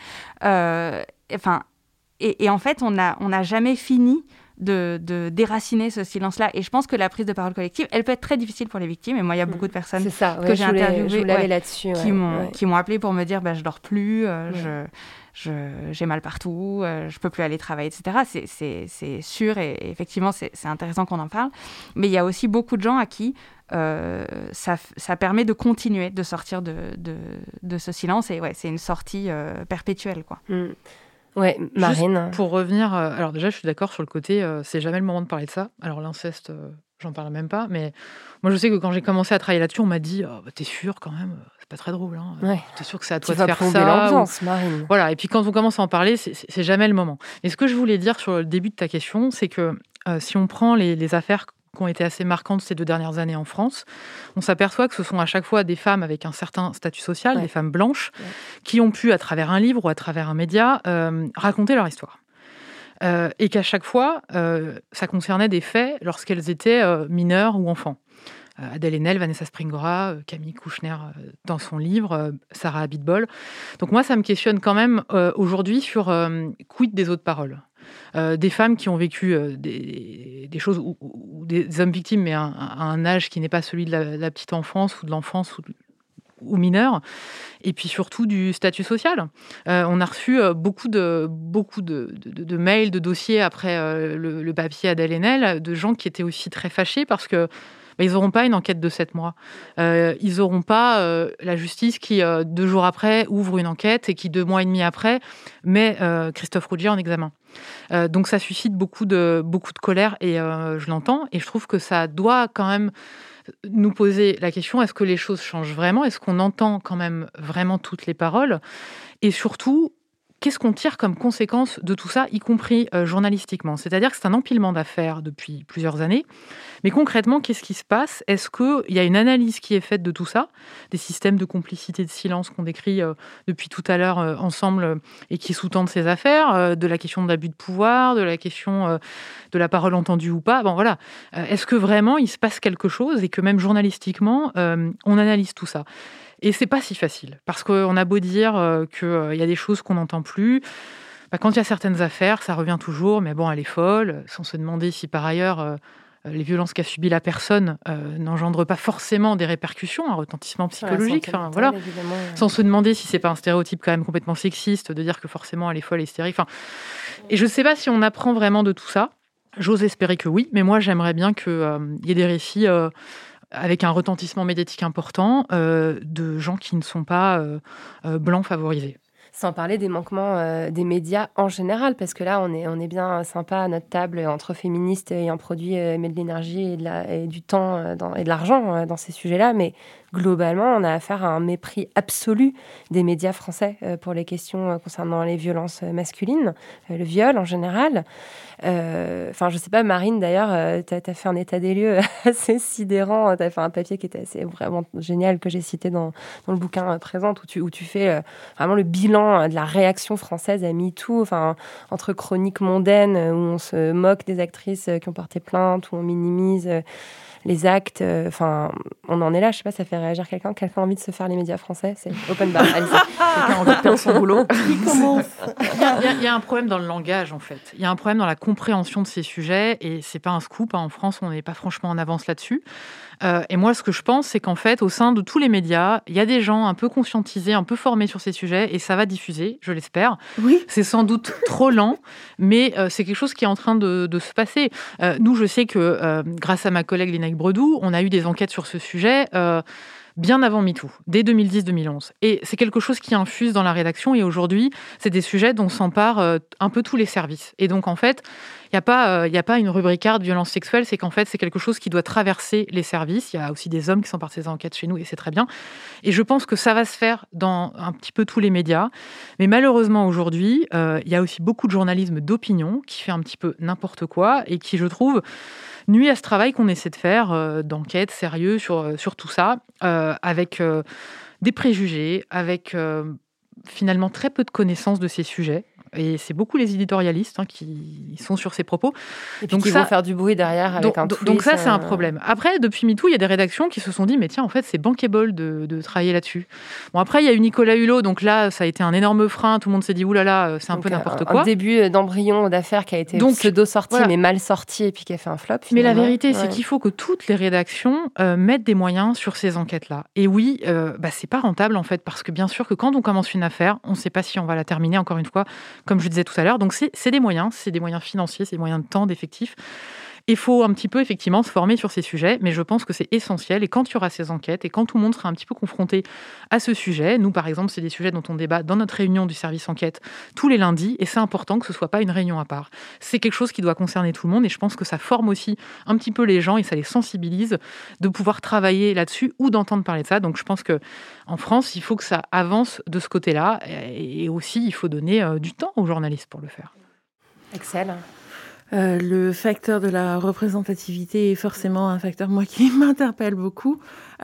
Et en fait, on n'a jamais fini de déraciner ce silence-là. Et je pense que la prise de parole collective, elle peut être très difficile pour les victimes. Et moi, il y a beaucoup de personnes que j'ai interviewées qui m'ont appelé pour me dire je dors plus, j'ai mal partout, je peux plus aller travailler, etc. C'est sûr, et effectivement, c'est intéressant qu'on en parle. Mais il y a aussi beaucoup de gens à qui ça permet de continuer de sortir de ce silence. Et c'est une sortie perpétuelle, quoi. Ouais, Marine. Juste pour revenir, alors déjà, je suis d'accord sur le côté, c'est jamais le moment de parler de ça. Alors l'inceste, j'en parle même pas, mais moi je sais que quand j'ai commencé à travailler là-dessus, on m'a dit, t'es sûr quand même, c'est pas très drôle, hein. Ouais. T'es sûr que c'est à toi de faire ça l'ambiance, Marine. Voilà, et puis quand on commence à en parler, c'est jamais le moment. Et ce que je voulais dire sur le début de ta question, c'est que si on prend les affaires qui ont été assez marquantes ces 2 dernières années en France, on s'aperçoit que ce sont à chaque fois des femmes avec un certain statut social, des femmes blanches, qui ont pu, à travers un livre ou à travers un média, raconter leur histoire. Et qu'à chaque fois, ça concernait des faits lorsqu'elles étaient mineures ou enfants. Adèle Haenel, Vanessa Springora, Camille Kouchner dans son livre, Sarah Abitbol. Donc moi, ça me questionne quand même aujourd'hui sur quid des autres paroles. Des femmes qui ont vécu des choses, ou des hommes victimes, mais à un âge qui n'est pas celui de la petite enfance ou de l'enfance ou mineur, et puis surtout du statut social. On a reçu beaucoup de mails, de dossiers après le papier Adèle Haenel, de gens qui étaient aussi très fâchés parce que ils n'auront pas une enquête de 7 mois. Ils n'auront pas la justice qui, 2 jours après, ouvre une enquête et qui, 2 mois et demi après, met Christophe Rougier en examen. Donc ça suscite beaucoup de colère, et je l'entends, et je trouve que ça doit quand même nous poser la question, est-ce que les choses changent vraiment? Est-ce qu'on entend quand même vraiment toutes les paroles? Et surtout, qu'est-ce qu'on tire comme conséquence de tout ça, y compris journalistiquement? C'est-à-dire que c'est un empilement d'affaires depuis plusieurs années. Mais concrètement, qu'est-ce qui se passe? Est-ce qu'il y a une analyse qui est faite de tout ça, des systèmes de complicité, de silence qu'on décrit depuis tout à l'heure ensemble et qui sous-tendent ces affaires, de la question de l'abus de pouvoir, de la question de la parole entendue ou pas? Bon, voilà. Est-ce que vraiment il se passe quelque chose et que même journalistiquement, on analyse tout ça? Et c'est pas si facile, parce qu'on a beau dire qu'il y a des choses qu'on n'entend plus, quand il y a certaines affaires, ça revient toujours, mais bon, elle est folle, sans se demander si par ailleurs les violences qu'a subies la personne n'engendrent pas forcément des répercussions, un retentissement psychologique, sans se demander si c'est pas un stéréotype quand même complètement sexiste de dire que forcément elle est folle et hystérique. Et je sais pas si on apprend vraiment de tout ça. J'ose espérer que oui, mais moi j'aimerais bien qu'il y ait des récits avec un retentissement médiatique important, de gens qui ne sont pas blancs favorisés. Sans parler des manquements des médias en général, parce que là, on est bien sympa à notre table entre féministes ayant produit mais de l'énergie et du temps et de l'argent dans ces sujets-là, mais globalement, on a affaire à un mépris absolu des médias français pour les questions concernant les violences masculines, le viol en général. Enfin, je sais pas, Marine, d'ailleurs, tu as fait un état des lieux assez sidérant. Tu as fait un papier qui était assez vraiment génial que j'ai cité dans le bouquin présent, où tu fais vraiment le bilan de la réaction française à MeToo, enfin, entre chroniques mondaines où on se moque des actrices qui ont porté plainte, où on minimise les actes, enfin, on en est là, je sais pas, ça fait réagir quelqu'un a envie de se faire les médias français, c'est open bar, allez-y. Quelqu'un a envie de perdre son boulot. Qui commence ? Il y a un problème dans le langage, en fait. Il y a un problème dans la compréhension de ces sujets, et c'est pas un scoop, hein. En France, on n'est pas franchement en avance là-dessus. Et moi, ce que je pense, c'est qu'en fait, au sein de tous les médias, il y a des gens un peu conscientisés, un peu formés sur ces sujets, et ça va diffuser, je l'espère. Oui. C'est sans doute trop lent, mais c'est quelque chose qui est en train de se passer. Nous, je sais que, grâce à ma collègue Lénaïque Bredou, on a eu des enquêtes sur ce sujet bien avant MeToo, dès 2010-2011. Et c'est quelque chose qui infuse dans la rédaction, et aujourd'hui, c'est des sujets dont s'emparent un peu tous les services. Et donc, en fait, il n'y a pas une rubricarde violence sexuelle, c'est qu'en fait, c'est quelque chose qui doit traverser les services. Il y a aussi des hommes qui sont par ces enquêtes chez nous, et c'est très bien. Et je pense que ça va se faire dans un petit peu tous les médias. Mais malheureusement, aujourd'hui, il y a aussi beaucoup de journalisme d'opinion qui fait un petit peu n'importe quoi, et qui, je trouve, nuit à ce travail qu'on essaie de faire d'enquête sérieux sur tout ça, avec des préjugés, avec finalement très peu de connaissances de ces sujets. Et c'est beaucoup les éditorialistes qui sont sur ces propos. Et puis qui vont faire du bruit derrière avec un tweet. Donc ça, c'est un problème. Après, depuis MeToo, il y a des rédactions qui se sont dit, mais tiens, en fait, c'est bankable de travailler là-dessus. Bon, après, il y a eu Nicolas Hulot, donc là, ça a été un énorme frein. Tout le monde s'est dit, oulala, c'est un peu n'importe quoi. Un début d'embryon d'affaires qui a été pseudo-sorti, voilà, mais mal sorti, et puis qui a fait un flop, finalement. Mais la vérité, c'est qu'il faut que toutes les rédactions mettent des moyens sur ces enquêtes-là. Et oui, c'est pas rentable, en fait, parce que bien sûr que quand on commence une affaire, on ne sait pas si on va la terminer, encore une fois, comme je disais tout à l'heure. Donc, c'est des moyens financiers, c'est des moyens de temps, d'effectifs. Il faut un petit peu, effectivement, se former sur ces sujets, mais je pense que c'est essentiel. Et quand il y aura ces enquêtes, et quand tout le monde sera un petit peu confronté à ce sujet, nous, par exemple, c'est des sujets dont on débat dans notre réunion du service enquête tous les lundis, et c'est important que ce ne soit pas une réunion à part. C'est quelque chose qui doit concerner tout le monde, et je pense que ça forme aussi un petit peu les gens, et ça les sensibilise de pouvoir travailler là-dessus ou d'entendre parler de ça. Donc, je pense qu'en France, il faut que ça avance de ce côté-là, et aussi, il faut donner du temps aux journalistes pour le faire. Excellent. Le facteur de la représentativité est forcément un facteur, moi, qui m'interpelle beaucoup.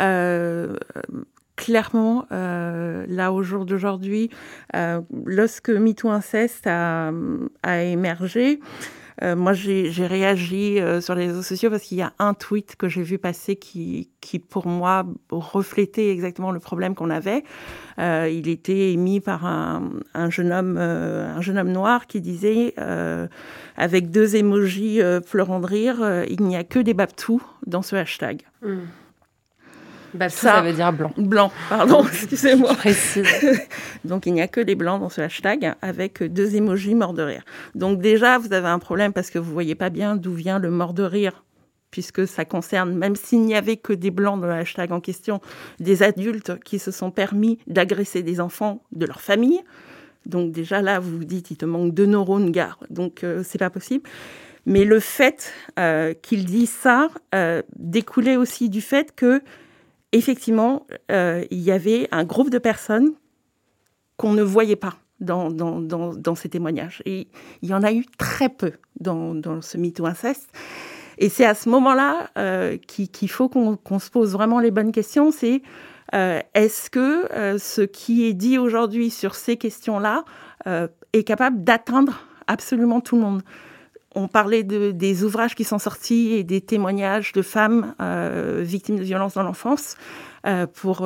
Clairement, là, au jour d'aujourd'hui, lorsque MeToo Inceste a émergé, moi, j'ai réagi sur les réseaux sociaux parce qu'il y a un tweet que j'ai vu passer qui pour moi, reflétait exactement le problème qu'on avait. Il était émis par un jeune homme noir qui disait, avec 2 émojis pleurant de rire, il n'y a que des babtous dans ce hashtag. Babtou, ça veut dire blanc. Blanc, pardon, excusez-moi. Je précise. Donc, il n'y a que des blancs dans ce hashtag avec 2 émojis morts de rire. Donc, déjà, vous avez un problème parce que vous ne voyez pas bien d'où vient le mort de rire, puisque ça concerne, même s'il n'y avait que des blancs dans le hashtag en question, des adultes qui se sont permis d'agresser des enfants de leur famille. Donc, déjà, là, vous vous dites, il te manque 2 neurones, gare. Donc, c'est pas possible. Mais le fait qu'il dise ça découlait aussi du fait que effectivement, il y avait un groupe de personnes qu'on ne voyait pas dans ces témoignages. Et il y en a eu très peu dans ce MeToo Inceste. Et c'est à ce moment-là qu'il faut qu'on se pose vraiment les bonnes questions. C'est est-ce que ce qui est dit aujourd'hui sur ces questions-là est capable d'atteindre absolument tout le monde ? On parlait des ouvrages qui sont sortis et des témoignages de femmes victimes de violences dans l'enfance pour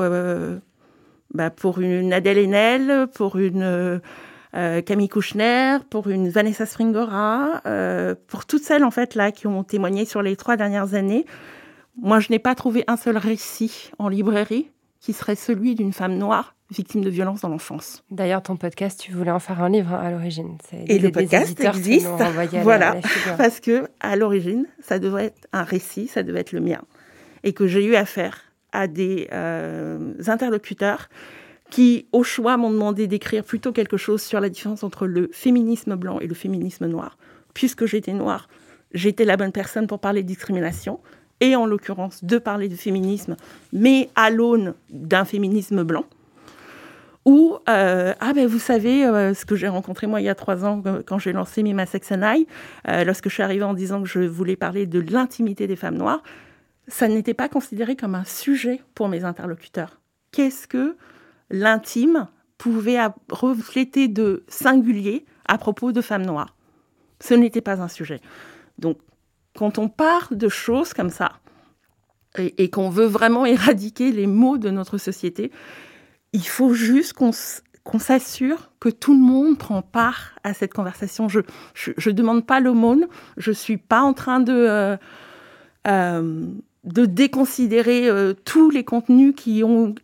une Adèle Haenel, pour une Camille Kouchner, pour une Vanessa Springora, pour toutes celles en fait là qui ont témoigné sur les 3 dernières années. Moi, je n'ai pas trouvé un seul récit en librairie qui serait celui d'une femme noire victime de violences dans l'enfance. D'ailleurs, ton podcast, tu voulais en faire un livre à l'origine. Et le podcast existe, voilà, parce que à l'origine, ça devrait être un récit, ça devait être le mien. et que j'ai eu affaire à des interlocuteurs qui, au choix, m'ont demandé d'écrire plutôt quelque chose sur la différence entre le féminisme blanc et le féminisme noir. Puisque j'étais noire, j'étais la bonne personne pour parler de discrimination, et en l'occurrence de parler de féminisme, mais à l'aune d'un féminisme blanc. Ou, vous savez, ce que j'ai rencontré moi il y a 3 ans, quand j'ai lancé Mima Sex and I, lorsque je suis arrivée en disant que je voulais parler de l'intimité des femmes noires, ça n'était pas considéré comme un sujet pour mes interlocuteurs. Qu'est-ce que l'intime pouvait refléter de singulier à propos de femmes noires? Ce n'était pas un sujet. Donc, quand on part de choses comme ça, et qu'on veut vraiment éradiquer les maux de notre société, il faut juste qu'on s'assure que tout le monde prend part à cette conversation. Je demande pas l'aumône, je suis pas en train de déconsidérer tous les contenus qui ont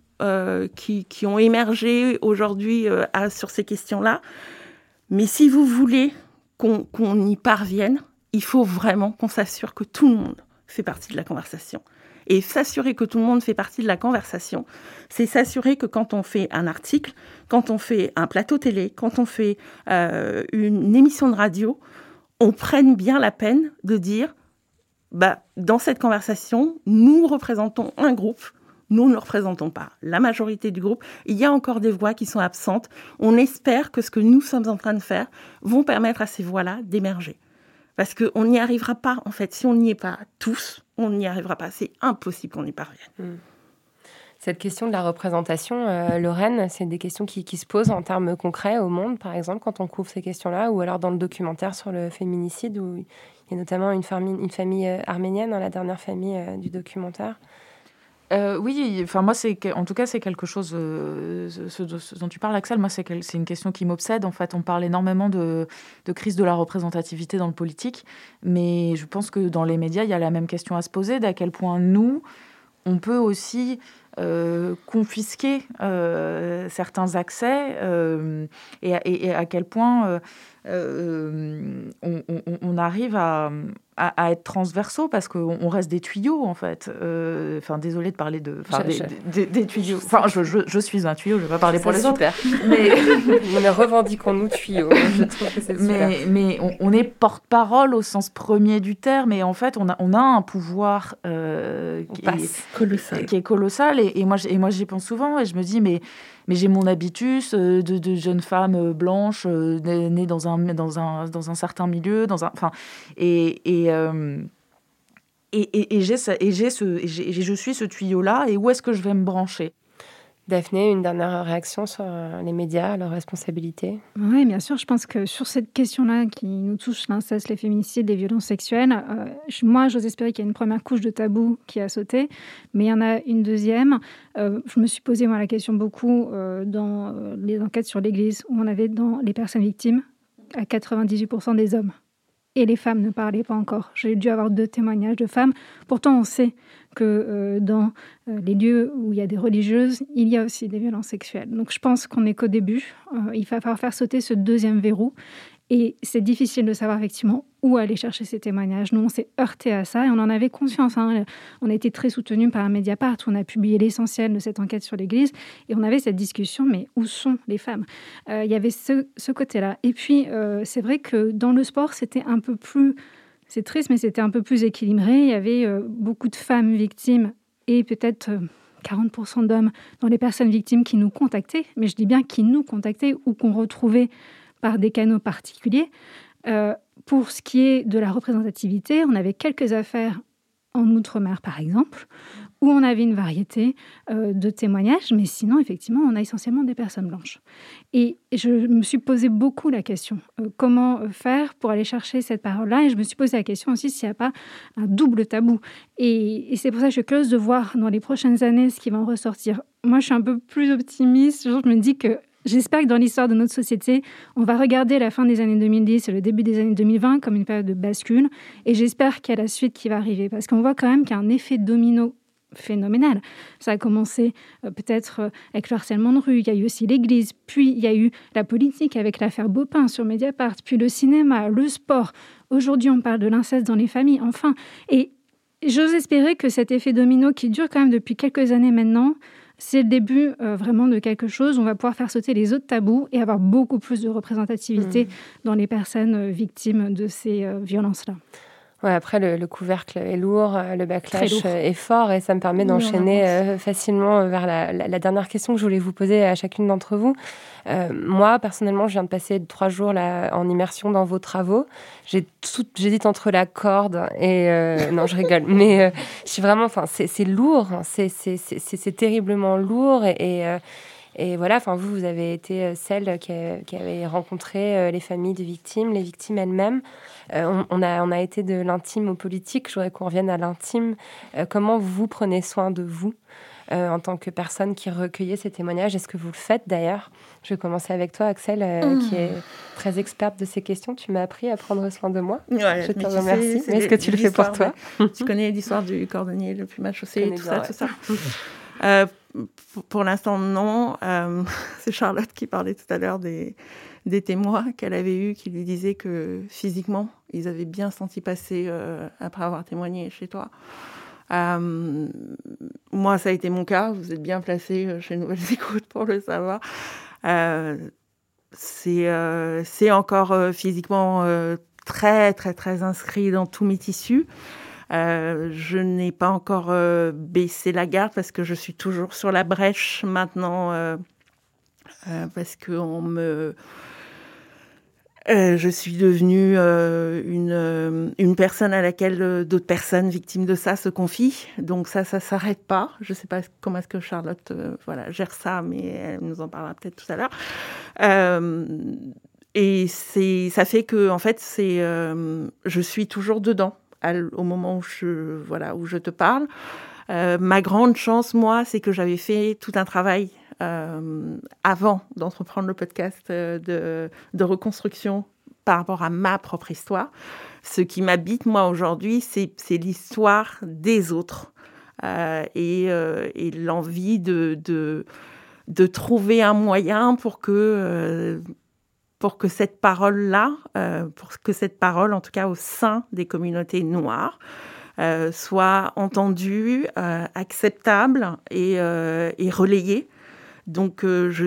émergé aujourd'hui sur ces questions-là. Mais si vous voulez qu'on y parvienne, il faut vraiment qu'on s'assure que tout le monde fait partie de la conversation. Et s'assurer que tout le monde fait partie de la conversation, c'est s'assurer que quand on fait un article, quand on fait un plateau télé, quand on fait une émission de radio, on prenne bien la peine de dire, dans cette conversation, nous représentons un groupe, nous ne le représentons pas la majorité du groupe. Il y a encore des voix qui sont absentes. On espère que ce que nous sommes en train de faire vont permettre à ces voix-là d'émerger. Parce qu'on n'y arrivera pas, en fait. Si on n'y est pas tous, on n'y arrivera pas. C'est impossible qu'on y parvienne. Cette question de la représentation, Lorraine, c'est des questions qui se posent en termes concrets au Monde, par exemple, quand on couvre ces questions-là, ou alors dans le documentaire sur le féminicide, où il y a notamment une famille arménienne, la dernière famille du documentaire. Oui, enfin moi en tout cas c'est quelque chose ce dont tu parles, Axel. Moi c'est une question qui m'obsède. En fait, on parle énormément de crise de la représentativité dans le politique, mais je pense que dans les médias il y a la même question à se poser, d'à quel point nous on peut aussi confisquer certains accès et à quel point on arrive à être transversaux, parce qu'on reste des tuyaux, en fait. Désolée de parler des tuyaux. Enfin, je suis un tuyau, je ne vais pas parler pour les autres. Mais revendiquons-nous tuyaux. Je trouve que c'est super. Mais on est porte-parole au sens premier du terme, et en fait, on a un pouvoir qui est colossal. Et moi, j'y pense souvent, et je me dis, mais j'ai mon habitus de jeune femme blanche née dans un certain milieu, je suis ce tuyau-là, et où est-ce que je vais me brancher? Daphné, une dernière réaction sur les médias, leurs responsabilités? Oui, bien sûr. Je pense que sur cette question-là qui nous touche, l'inceste, les féminicides, les violences sexuelles, moi, j'ose espérer qu'il y a une première couche de tabou qui a sauté, mais il y en a une deuxième. Je me suis posé la question beaucoup dans les enquêtes sur l'Église, où on avait dans les personnes victimes à 98% des hommes. Et les femmes ne parlaient pas encore. J'ai dû avoir 2 témoignages de femmes. Pourtant, on sait que dans les lieux où il y a des religieuses, il y a aussi des violences sexuelles. Donc, je pense qu'on n'est qu'au début. Il va falloir faire sauter ce deuxième verrou. Et c'est difficile de savoir effectivement où aller chercher ces témoignages. Nous, on s'est heurté à ça et on en avait conscience. On a été très soutenus par Mediapart, où on a publié l'essentiel de cette enquête sur l'Église. Et on avait cette discussion, mais où sont les femmes? Il y avait ce côté-là. Et puis, c'est vrai que dans le sport, c'était un peu plus... C'est triste, mais c'était un peu plus équilibré. Il y avait beaucoup de femmes victimes et peut-être 40% d'hommes dans les personnes victimes qui nous contactaient. Mais je dis bien qui nous contactaient ou qu'on retrouvait par des canaux particuliers. Pour ce qui est de la représentativité, on avait quelques affaires en Outre-mer, par exemple, où on avait une variété de témoignages, mais sinon, effectivement, on a essentiellement des personnes blanches. Et je me suis posé beaucoup la question, comment faire pour aller chercher cette parole-là? Et je me suis posé la question aussi s'il n'y a pas un double tabou. Et c'est pour ça que je suis curieuse de voir dans les prochaines années ce qui va en ressortir. Moi, je suis un peu plus optimiste. Je me dis que j'espère que dans l'histoire de notre société, on va regarder la fin des années 2010 et le début des années 2020 comme une période de bascule. Et j'espère qu'il y a la suite qui va arriver. Parce qu'on voit quand même qu'il y a un effet domino phénoménal. Ça a commencé peut-être avec le harcèlement de rue. Il y a eu aussi l'Église. Puis il y a eu la politique avec l'affaire Beaupin sur Mediapart. Puis le cinéma, le sport. Aujourd'hui, on parle de l'inceste dans les familles. Enfin, et J'ose espérer que cet effet domino qui dure quand même depuis quelques années maintenant, c'est le début vraiment de quelque chose. On va pouvoir faire sauter les autres tabous et avoir beaucoup plus de représentativité dans les personnes victimes de ces violences-là. Ouais, après, le couvercle est lourd, le backlash est fort et ça me permet d'enchaîner facilement vers la dernière question que je voulais vous poser à chacune d'entre vous. Moi, personnellement, je viens de passer 3 jours là, en immersion dans vos travaux. J'hésite entre la corde et... non, je rigole. Mais je suis vraiment... C'est lourd. C'est terriblement lourd et voilà, vous avez été celle qui avait rencontré les familles de victimes, les victimes elles-mêmes. On a été de l'intime au politique. Je voudrais qu'on revienne à l'intime. Comment vous prenez soin de vous en tant que personne qui recueillait ces témoignages? Est-ce que vous le faites d'ailleurs? Je vais commencer avec toi, Axel, qui est très experte de ces questions. Tu m'as appris à prendre soin de moi. Ouais, je te remercie. Mais est-ce que tu le fais pour toi? Tu connais l'histoire du cordonnier le plus mal chaussé, tout ça. Pour l'instant, non. C'est Charlotte qui parlait tout à l'heure des témoins qu'elle avait eus, qui lui disaient que physiquement, ils avaient bien senti passer après avoir témoigné chez toi. Moi, ça a été mon cas. Vous êtes bien placé chez Nouvelles Écoutes pour le savoir. C'est encore physiquement très, très, très inscrit dans tous mes tissus. Je n'ai pas encore baissé la garde parce que je suis toujours sur la brèche maintenant, parce que je suis devenue une personne à laquelle d'autres personnes victimes de ça se confient. Donc ça s'arrête pas. Je sais pas comment est-ce que Charlotte gère ça, mais elle nous en parlera peut-être tout à l'heure. Et ça fait que en fait je suis toujours dedans au moment où je te parle. Ma grande chance, moi, c'est que j'avais fait tout un travail avant d'entreprendre le podcast de reconstruction par rapport à ma propre histoire. Ce qui m'habite, moi, aujourd'hui, c'est l'histoire des autres et l'envie de trouver un moyen pour que cette parole-là, en tout cas au sein des communautés noires, soit entendue, acceptable et relayée. Donc, je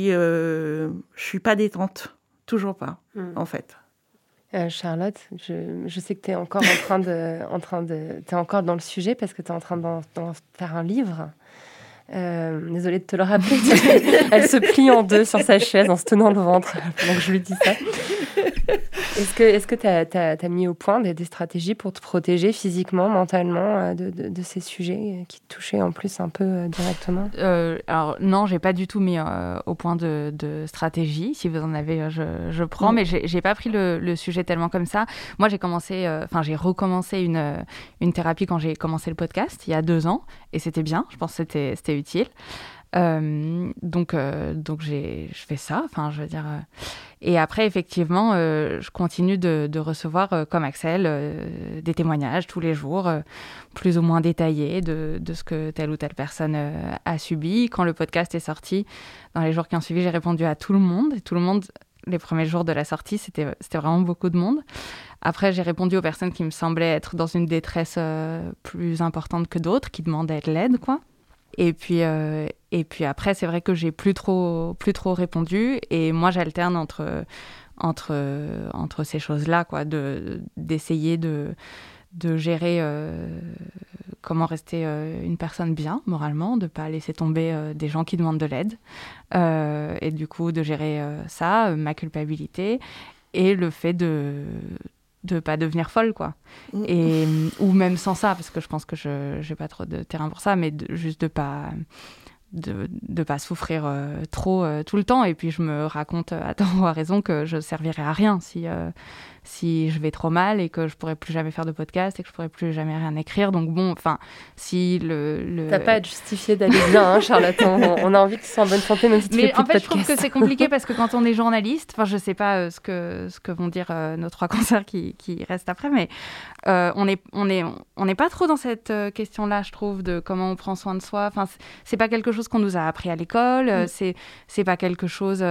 suis pas détente, toujours pas, en fait. Charlotte, je sais que tu es encore t'es encore dans le sujet parce que tu es en train d'en faire un livre. Désolée de te le rappeler. Elle se plie en deux sur sa chaise en se tenant le ventre pendant que je lui dis ça. Est-ce que tu as mis au point des stratégies pour te protéger physiquement, mentalement de ces sujets qui te touchaient en plus un peu directement? Alors non, j'ai pas du tout mis au point de stratégie. Si vous en avez, je prends, mais j'ai pas pris le sujet tellement comme ça. Moi, j'ai recommencé une thérapie quand j'ai commencé le podcast il y a 2 ans, et c'était bien. Je pense que c'était utile. Donc je fais ça. Enfin, je veux dire. Et après, effectivement, je continue de recevoir, comme Axel, des témoignages tous les jours, plus ou moins détaillés de ce que telle ou telle personne a subi. Quand le podcast est sorti, dans les jours qui ont suivi, j'ai répondu à tout le monde. Et tout le monde, les premiers jours de la sortie, c'était vraiment beaucoup de monde. Après, j'ai répondu aux personnes qui me semblaient être dans une détresse plus importante que d'autres, qui demandaient de l'aide, quoi. Et puis après, c'est vrai que j'ai plus trop répondu. Et moi, j'alterne entre ces choses-là, quoi, d'essayer de gérer comment rester une personne bien, moralement, de ne pas laisser tomber des gens qui demandent de l'aide. Et du coup, de gérer ça, ma culpabilité, et le fait de pas devenir folle, quoi. Ou même sans ça, parce que je pense que je n'ai pas trop de terrain pour ça, mais juste de pas souffrir trop tout le temps. Et puis je me raconte à tort ou à raison que je servirai à rien si je vais trop mal et que je pourrai plus jamais faire de podcast et que je pourrai plus jamais rien écrire. Donc bon, enfin, si T'as pas à te justifier d'aller bien, hein, Charlotte. On a envie que tu sois en bonne santé, même si tu fais plus de podcast. Mais en fait, je trouve que c'est compliqué parce que quand on est journaliste, enfin, je sais pas ce que vont dire nos 3 concerts qui restent après, mais on n'est pas trop dans cette question-là, je trouve, de comment on prend soin de soi. Enfin, c'est pas quelque chose qu'on nous a appris à l'école. C'est pas quelque chose.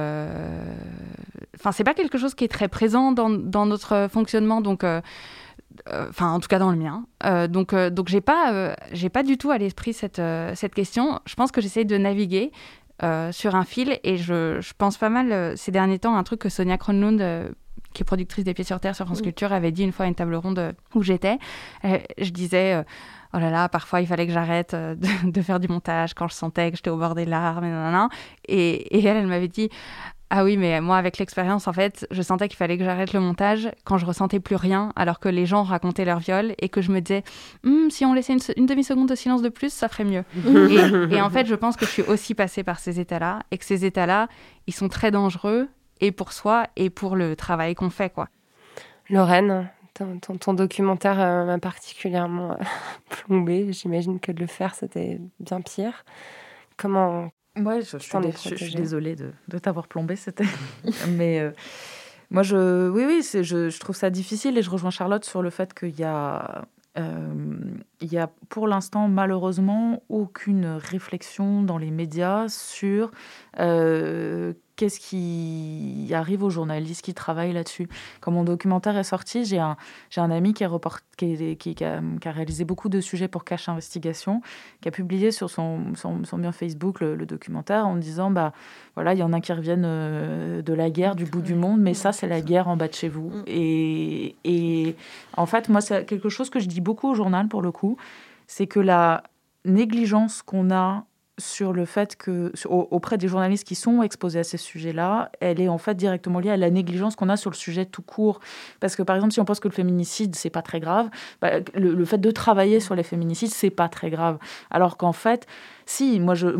Enfin, c'est pas quelque chose qui est très présent dans notre fonctionnement. Donc en tout cas dans le mien. Donc j'ai pas du tout à l'esprit cette question. Je pense que j'essaie de naviguer sur un fil, et je pense pas mal ces derniers temps à un truc que Sonia Kronlund, qui est productrice des Pieds sur Terre sur France Culture, avait dit une fois à une table ronde où j'étais. Je disais oh là là, parfois il fallait que j'arrête de faire du montage quand je sentais que j'étais au bord des larmes, et elle m'avait dit ah oui, mais moi, avec l'expérience, en fait, je sentais qu'il fallait que j'arrête le montage quand je ressentais plus rien, alors que les gens racontaient leur viol, et que je me disais, si on laissait une demi-seconde de silence de plus, ça ferait mieux. et en fait, je pense que je suis aussi passée par ces états-là, et que ces états-là, ils sont très dangereux, et pour soi, et pour le travail qu'on fait, quoi. Lorraine, ton documentaire m'a particulièrement plombée. J'imagine que de le faire, c'était bien pire. Comment... Ouais, je suis désolée de t'avoir plombée, c'était. Mais moi, je trouve ça difficile, et je rejoins Charlotte sur le fait qu'il y a pour l'instant, malheureusement, aucune réflexion dans les médias sur qu'est-ce qui arrive aux journalistes qui travaillent là-dessus. Quand mon documentaire est sorti, j'ai un ami qui a réalisé beaucoup de sujets pour Cache Investigation, qui a publié sur son bien Facebook le documentaire en disant voilà, il y en a qui reviennent de la guerre du bout du monde, mais ça, c'est la guerre en bas de chez vous. Et en fait, moi, c'est quelque chose que je dis beaucoup au journal, pour le coup, c'est que la négligence qu'on a sur le fait que, auprès des journalistes qui sont exposés à ces sujets-là, elle est en fait directement liée à la négligence qu'on a sur le sujet tout court. Parce que, par exemple, si on pense que le féminicide, c'est pas très grave, le fait de travailler sur les féminicides, c'est pas très grave. Alors qu'en fait, si,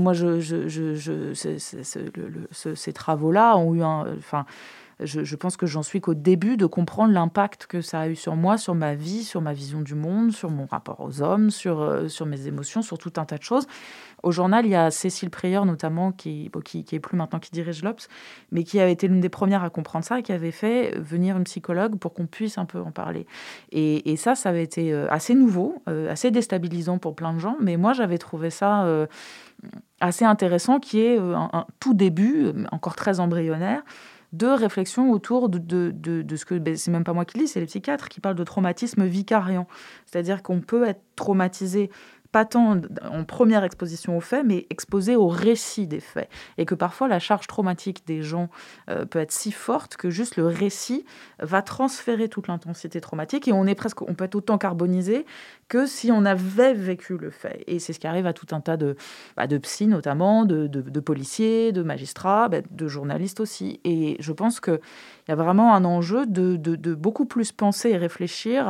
ces travaux-là ont eu je pense que j'en suis qu'au début de comprendre l'impact que ça a eu sur moi, sur ma vie, sur ma vision du monde, sur mon rapport aux hommes, sur mes émotions, sur tout un tas de choses. Au journal, il y a Cécile Prieur, notamment, qui est plus maintenant, qui dirige l'Obs, mais qui avait été l'une des premières à comprendre ça, et qui avait fait venir une psychologue pour qu'on puisse un peu en parler. Et ça avait été assez nouveau, assez déstabilisant pour plein de gens, mais moi, j'avais trouvé ça assez intéressant, qui est un tout début, encore très embryonnaire, de réflexion autour de ce que... c'est même pas moi qui le dis, c'est les psychiatres qui parlent de traumatisme vicariant. C'est-à-dire qu'on peut être traumatisé, pas tant en première exposition aux faits, mais exposé au récit des faits. Et que parfois, la charge traumatique des gens peut être si forte que juste le récit va transférer toute l'intensité traumatique, et on peut être autant carbonisé que si on avait vécu le fait. Et c'est ce qui arrive à tout un tas de psy, notamment, de policiers, de magistrats, de journalistes aussi. Et je pense qu'il y a vraiment un enjeu de beaucoup plus penser et réfléchir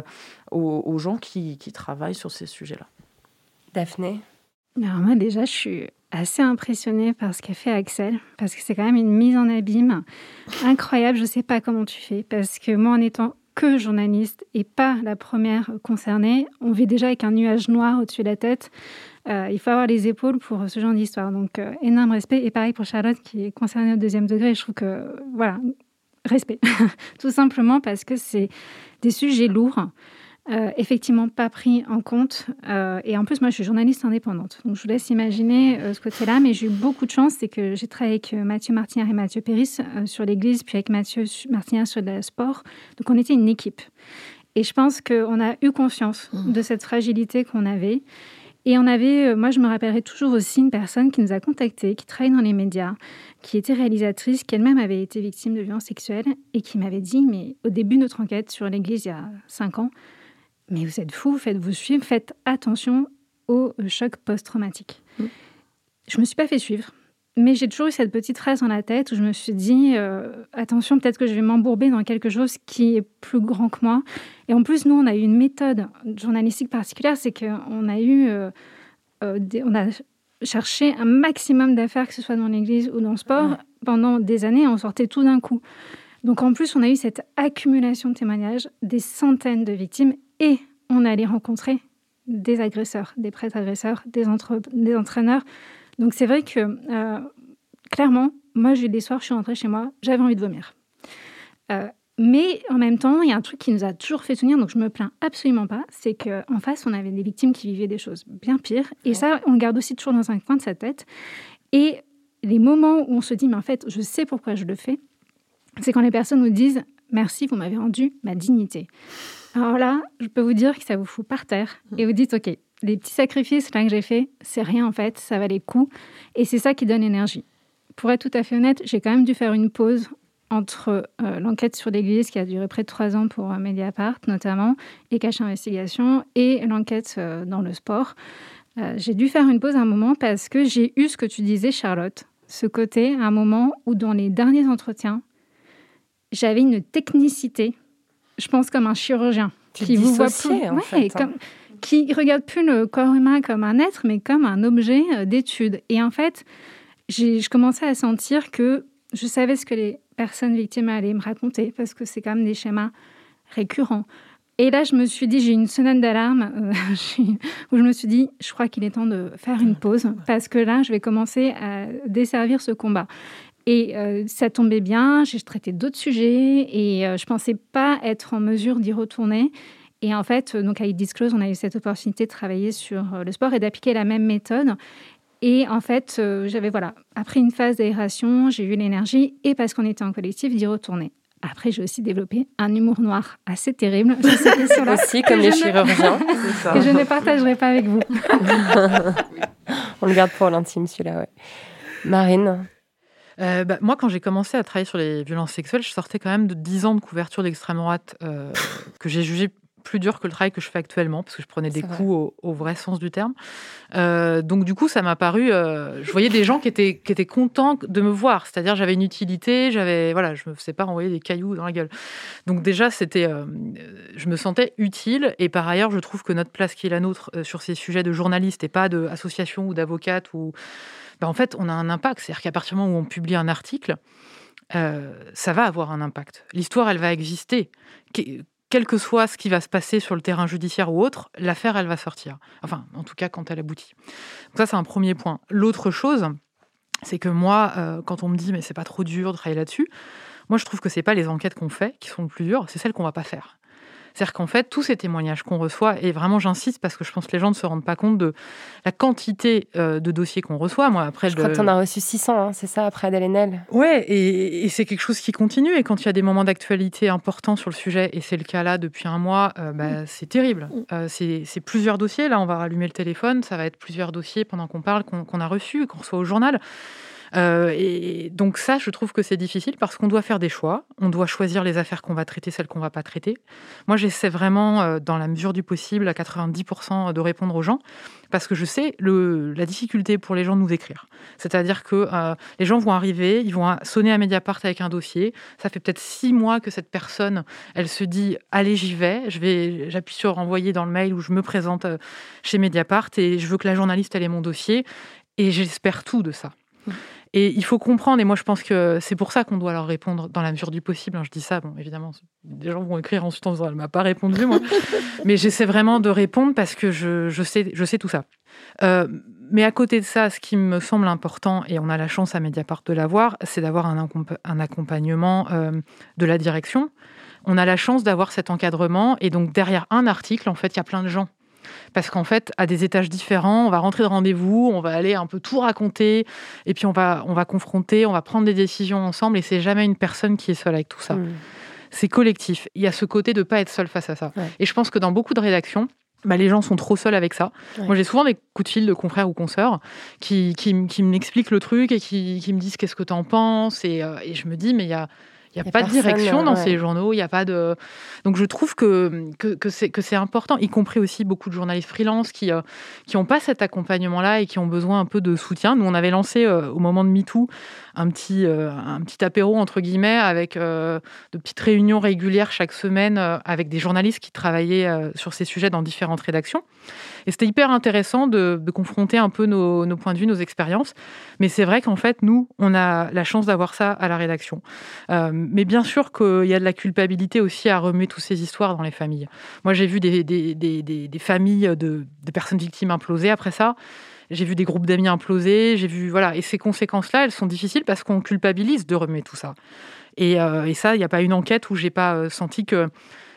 aux gens qui travaillent sur ces sujets-là. Daphné? Alors moi, déjà, je suis assez impressionnée par ce qu'a fait Axel, parce que c'est quand même une mise en abîme incroyable. Je ne sais pas comment tu fais, parce que moi, en étant que journaliste et pas la première concernée, on vit déjà avec un nuage noir au-dessus de la tête. Il faut avoir les épaules pour ce genre d'histoire. Donc, énorme respect. Et pareil pour Charlotte, qui est concernée au 2e degré. Je trouve que, voilà, respect. Tout simplement parce que c'est des sujets lourds. Effectivement pas pris en compte. Et en plus, moi, je suis journaliste indépendante. Donc, je vous laisse imaginer ce côté-là. Mais j'ai eu beaucoup de chance. C'est que j'ai travaillé avec Mathieu Martignard et Mathieu Péris sur l'Église, puis avec Mathieu Martignard sur le sport. Donc, on était une équipe. Et je pense qu'on a eu conscience de cette fragilité qu'on avait. Et on avait, moi, je me rappellerai toujours aussi une personne qui nous a contactés, qui travaille dans les médias, qui était réalisatrice, qui elle-même avait été victime de violences sexuelles et qui m'avait dit, mais au début de notre enquête sur l'Église, il y a 5 ans, mais vous êtes fous, faites-vous suivre, faites attention au choc post-traumatique. Je ne me suis pas fait suivre, mais j'ai toujours eu cette petite phrase dans la tête où je me suis dit attention, peut-être que je vais m'embourber dans quelque chose qui est plus grand que moi. Et en plus, nous, on a eu une méthode journalistique particulière, c'est qu'on a on a cherché un maximum d'affaires, que ce soit dans l'Église ou dans le sport, pendant des années, on sortait tout d'un coup. Donc en plus, on a eu cette accumulation de témoignages, des centaines de victimes, et on allait rencontrer des agresseurs, des prêtres agresseurs, des entraîneurs. Donc c'est vrai que, clairement, moi j'ai eu des soirs, je suis rentrée chez moi, j'avais envie de vomir. Mais en même temps, il y a un truc qui nous a toujours fait tenir, donc je me plains absolument pas, c'est qu'en face, on avait des victimes qui vivaient des choses bien pires. Et ça, on le garde aussi toujours dans un coin de sa tête. Et les moments où on se dit, mais en fait, je sais pourquoi je le fais, c'est quand les personnes nous disent « Merci, vous m'avez rendu ma dignité ». Alors là, je peux vous dire que ça vous fout par terre. Et vous dites, OK, les petits sacrifices là que j'ai faits, c'est rien en fait, ça valait le coup. Et c'est ça qui donne l'énergie. Pour être tout à fait honnête, j'ai quand même dû faire une pause entre l'enquête sur l'église qui a duré près de 3 ans pour Mediapart notamment, et Cache Investigation, et l'enquête dans le sport. J'ai dû faire une pause à un moment parce que j'ai eu ce que tu disais, Charlotte, ce côté, à un moment où dans les derniers entretiens, j'avais une technicité, je pense comme un chirurgien, qui vous voit plus, qui regarde plus le corps humain comme un être, mais comme un objet d'étude. Et en fait, je commençais à sentir que je savais ce que les personnes victimes allaient me raconter, parce que c'est quand même des schémas récurrents. Et là, je me suis dit, j'ai une sonnette d'alarme où je me suis dit, je crois qu'il est temps de faire une pause, parce que là, je vais commencer à desservir ce combat. Et ça tombait bien, j'ai traité d'autres sujets, et je ne pensais pas être en mesure d'y retourner. Et en fait, donc avec Disclose, on a eu cette opportunité de travailler sur le sport et d'appliquer la même méthode. Et en fait, j'avais, après une phase d'aération, j'ai eu l'énergie, et parce qu'on était en collectif, d'y retourner. Après, j'ai aussi développé un humour noir assez terrible. Aussi, comme les chirurgiens. Que je ne partagerai pas avec vous. On le garde pour l'intime, celui-là, ouais. Marine? Moi, quand j'ai commencé à travailler sur les violences sexuelles, je sortais quand même de 10 ans de couverture d'extrême droite que j'ai jugé plus dur que le travail que je fais actuellement, parce que je prenais des coups au vrai sens du terme. Donc du coup, ça m'a paru... je voyais des gens qui étaient contents de me voir, c'est-à-dire j'avais une utilité, je me faisais pas renvoyer des cailloux dans la gueule. Donc déjà, je me sentais utile, et par ailleurs, je trouve que notre place qui est la nôtre sur ces sujets de journaliste et pas d'association ou d'avocate, en fait, on a un impact. C'est-à-dire qu'à partir du moment où on publie un article, ça va avoir un impact. L'histoire, elle va exister. Quel que soit ce qui va se passer sur le terrain judiciaire ou autre, l'affaire, elle va sortir. Enfin, en tout cas, quand elle aboutit. Donc ça, c'est un premier point. L'autre chose, c'est que moi, quand on me dit « mais c'est pas trop dur de travailler là-dessus », moi, je trouve que c'est pas les enquêtes qu'on fait qui sont le plus dur, c'est celles qu'on va pas faire. C'est-à-dire qu'en fait, tous ces témoignages qu'on reçoit, et vraiment j'insiste parce que je pense que les gens ne se rendent pas compte de la quantité de dossiers qu'on reçoit. Moi, après, je crois que tu en as reçu 600, c'est ça, après Adèle Haenel. Ouais, et c'est quelque chose qui continue. Et quand il y a des moments d'actualité importants sur le sujet, et c'est le cas là depuis un mois, c'est terrible. C'est plusieurs dossiers. Là, on va rallumer le téléphone, ça va être plusieurs dossiers pendant qu'on parle, qu'on a reçus, qu'on reçoit au journal. Et donc ça, je trouve que c'est difficile parce qu'on doit faire des choix. On doit choisir les affaires qu'on va traiter, celles qu'on ne va pas traiter. Moi, j'essaie vraiment, dans la mesure du possible, à 90% de répondre aux gens parce que je sais la difficulté pour les gens de nous écrire. C'est-à-dire que les gens vont arriver, ils vont sonner à Mediapart avec un dossier. Ça fait peut-être 6 mois que cette personne, elle se dit « Allez, j'y vais. J'appuie sur « Envoyer » dans le mail où je me présente chez Mediapart et je veux que la journaliste, elle ait mon dossier. » Et j'espère tout de ça. Et il faut comprendre, et moi je pense que c'est pour ça qu'on doit leur répondre dans la mesure du possible. Je dis ça, évidemment, des gens vont écrire ensuite en disant elle m'a pas répondu, moi. Mais j'essaie vraiment de répondre parce que je sais tout ça. Mais à côté de ça, ce qui me semble important, et on a la chance à Mediapart de l'avoir, c'est d'avoir un accompagnement de la direction. On a la chance d'avoir cet encadrement, et donc derrière un article, en fait, il y a plein de gens. Parce qu'en fait, à des étages différents, on va rentrer de rendez-vous, on va aller un peu tout raconter, et puis on va confronter, on va prendre des décisions ensemble, et c'est jamais une personne qui est seule avec tout ça. C'est collectif. Il y a ce côté de ne pas être seul face à ça. Ouais. Et je pense que dans beaucoup de rédactions, les gens sont trop seuls avec ça. Ouais. Moi, j'ai souvent des coups de fil de confrères ou consoeurs qui m'expliquent le truc et qui me disent « qu'est-ce que tu en penses ?» et je me dis « mais il y a pas de direction dans ces journaux, il n'y a pas de... » Donc je trouve que c'est important, y compris aussi beaucoup de journalistes freelance qui n'ont pas cet accompagnement-là et qui ont besoin un peu de soutien. Nous, on avait lancé au moment de MeToo un petit apéro, entre guillemets, avec de petites réunions régulières chaque semaine avec des journalistes qui travaillaient sur ces sujets dans différentes rédactions. Et c'était hyper intéressant de confronter un peu nos points de vue, nos expériences. Mais c'est vrai qu'en fait, nous, on a la chance d'avoir ça à la rédaction. Mais bien sûr qu'il y a de la culpabilité aussi à remuer toutes ces histoires dans les familles. Moi, j'ai vu des familles de personnes victimes imploser après ça. J'ai vu des groupes d'amis imploser. Et ces conséquences-là, elles sont difficiles parce qu'on culpabilise de remuer tout ça. Et ça, il n'y a pas une enquête où j'ai pas senti que...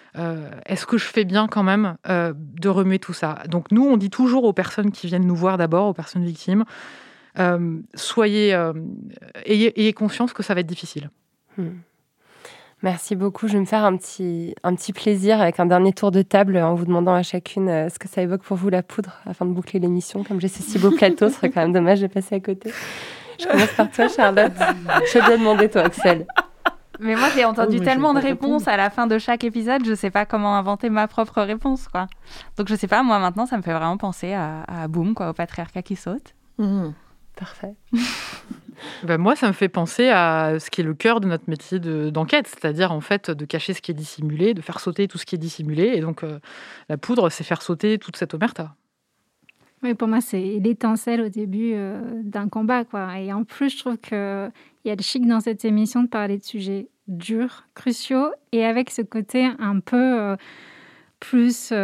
est-ce que je fais bien quand même de remuer tout ça? Donc nous, on dit toujours aux personnes qui viennent nous voir d'abord, aux personnes victimes, ayez conscience que ça va être difficile. Merci beaucoup. Je vais me faire un petit plaisir avec un dernier tour de table en vous demandant à chacune ce que ça évoque pour vous la poudre afin de boucler l'émission. Comme j'ai ce si beau plateau, ce serait quand même dommage de passer à côté. Je commence par toi, Charlotte. Je vais te demander, toi, Axel. Mais moi, j'ai entendu tellement de réponses à la fin de chaque épisode, je sais pas comment inventer ma propre réponse, quoi. Donc, je sais pas, moi, maintenant, ça me fait vraiment penser à Boom, quoi, au patriarcat qui saute. Parfait. Moi, ça me fait penser à ce qui est le cœur de notre métier d'enquête, c'est-à-dire, en fait, de cacher ce qui est dissimulé, de faire sauter tout ce qui est dissimulé. Et donc, la poudre, c'est faire sauter toute cette omerta. Oui, pour moi, c'est l'étincelle au début d'un combat, quoi. Et en plus, je trouve qu'il y a le chic dans cette émission de parler de sujets durs, cruciaux, et avec ce côté un peu plus,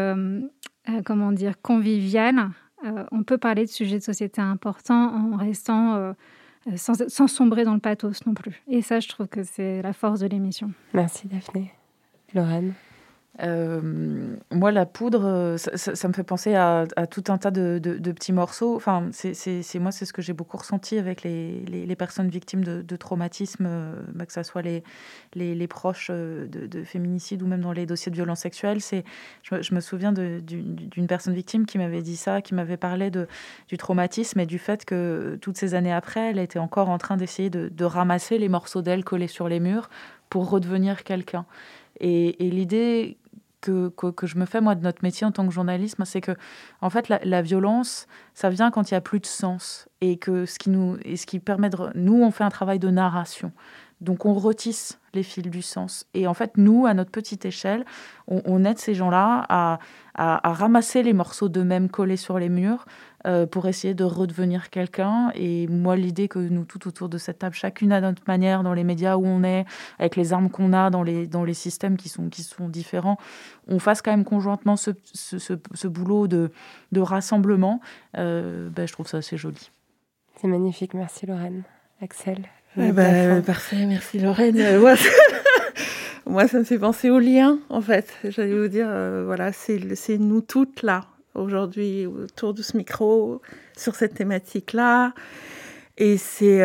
convivial. On peut parler de sujets de société importants en restant sans sombrer dans le pathos non plus. Et ça, je trouve que c'est la force de l'émission. Merci, Daphné. Lorraine? Moi, la poudre, ça me fait penser à tout un tas de petits morceaux. Enfin, c'est ce que j'ai beaucoup ressenti avec les personnes victimes de traumatismes, que ce soit les proches de féminicide ou même dans les dossiers de violences sexuelles. Je me souviens d'une personne victime qui m'avait dit ça, qui m'avait parlé du traumatisme et du fait que toutes ces années après, elle était encore en train d'essayer de ramasser les morceaux d'elle collés sur les murs pour redevenir quelqu'un. Et l'idée que je me fais, moi, de notre métier en tant que journaliste, c'est que, en fait, la violence, ça vient quand il n'y a plus de sens. Et que ce qui permet nous, on fait un travail de narration. Donc, on retisse les fils du sens. Et en fait, nous, à notre petite échelle, on aide ces gens-là à ramasser les morceaux d'eux-mêmes collés sur les murs pour essayer de redevenir quelqu'un. Et moi, l'idée que nous, tout autour de cette table, chacune à notre manière, dans les médias où on est, avec les armes qu'on a, dans les systèmes qui sont différents, on fasse quand même conjointement ce boulot de rassemblement. Je trouve ça assez joli. C'est magnifique. Merci, Lorraine. Axel? Parfait, merci Lorraine. Moi, ça me fait penser au lien, en fait. J'allais vous dire, c'est nous toutes là, aujourd'hui, autour de ce micro, sur cette thématique-là. Et c'est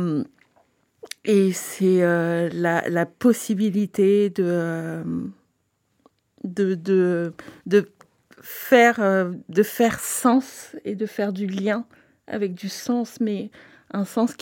la possibilité de faire sens et de faire du lien avec du sens, mais un sens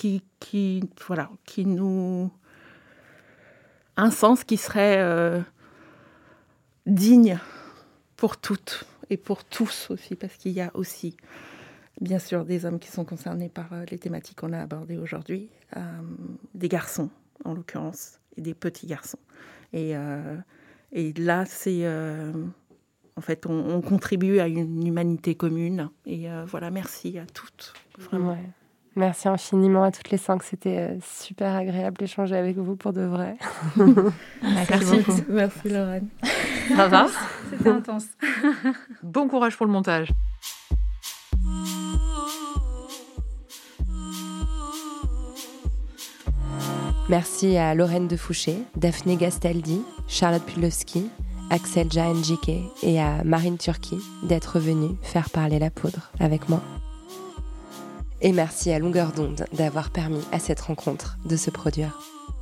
un sens qui serait digne pour toutes et pour tous aussi, parce qu'il y a aussi, bien sûr, des hommes qui sont concernés par les thématiques qu'on a abordées aujourd'hui, des garçons, en l'occurrence, et des petits garçons. Et là, c'est... en fait, on contribue à une humanité commune. Et merci à toutes, vraiment. Ouais. Merci infiniment à toutes les 5. C'était super agréable d'échanger avec vous pour de vrai. Merci beaucoup. Merci Lorraine. Ça va ? C'était intense. Bon courage pour le montage. Merci à Lorraine Defouché, Daphné Gastaldi, Charlotte Pudlowski, Axel Jahenjike et à Marine Turki d'être venus faire parler la poudre avec moi. Et merci à Longueur d'onde d'avoir permis à cette rencontre de se produire.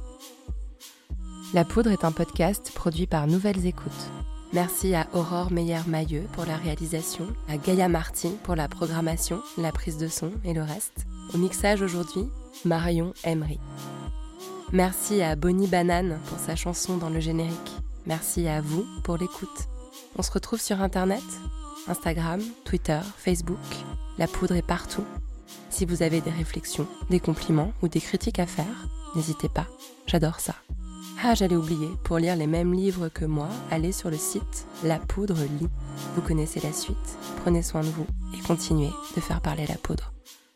La poudre est un podcast produit par Nouvelles Écoutes. Merci à Aurore Meyer-Mailleux pour la réalisation, à Gaïa Marty pour la programmation, la prise de son et le reste. Au mixage aujourd'hui, Marion Emery. Merci à Bonnie Banane pour sa chanson dans le générique. Merci à vous pour l'écoute. On se retrouve sur Internet, Instagram, Twitter, Facebook. La poudre est partout. Si vous avez des réflexions, des compliments ou des critiques à faire, n'hésitez pas, j'adore ça. Ah, j'allais oublier, pour lire les mêmes livres que moi, allez sur le site La Poudre Lit. Vous connaissez la suite, prenez soin de vous et continuez de faire parler la poudre.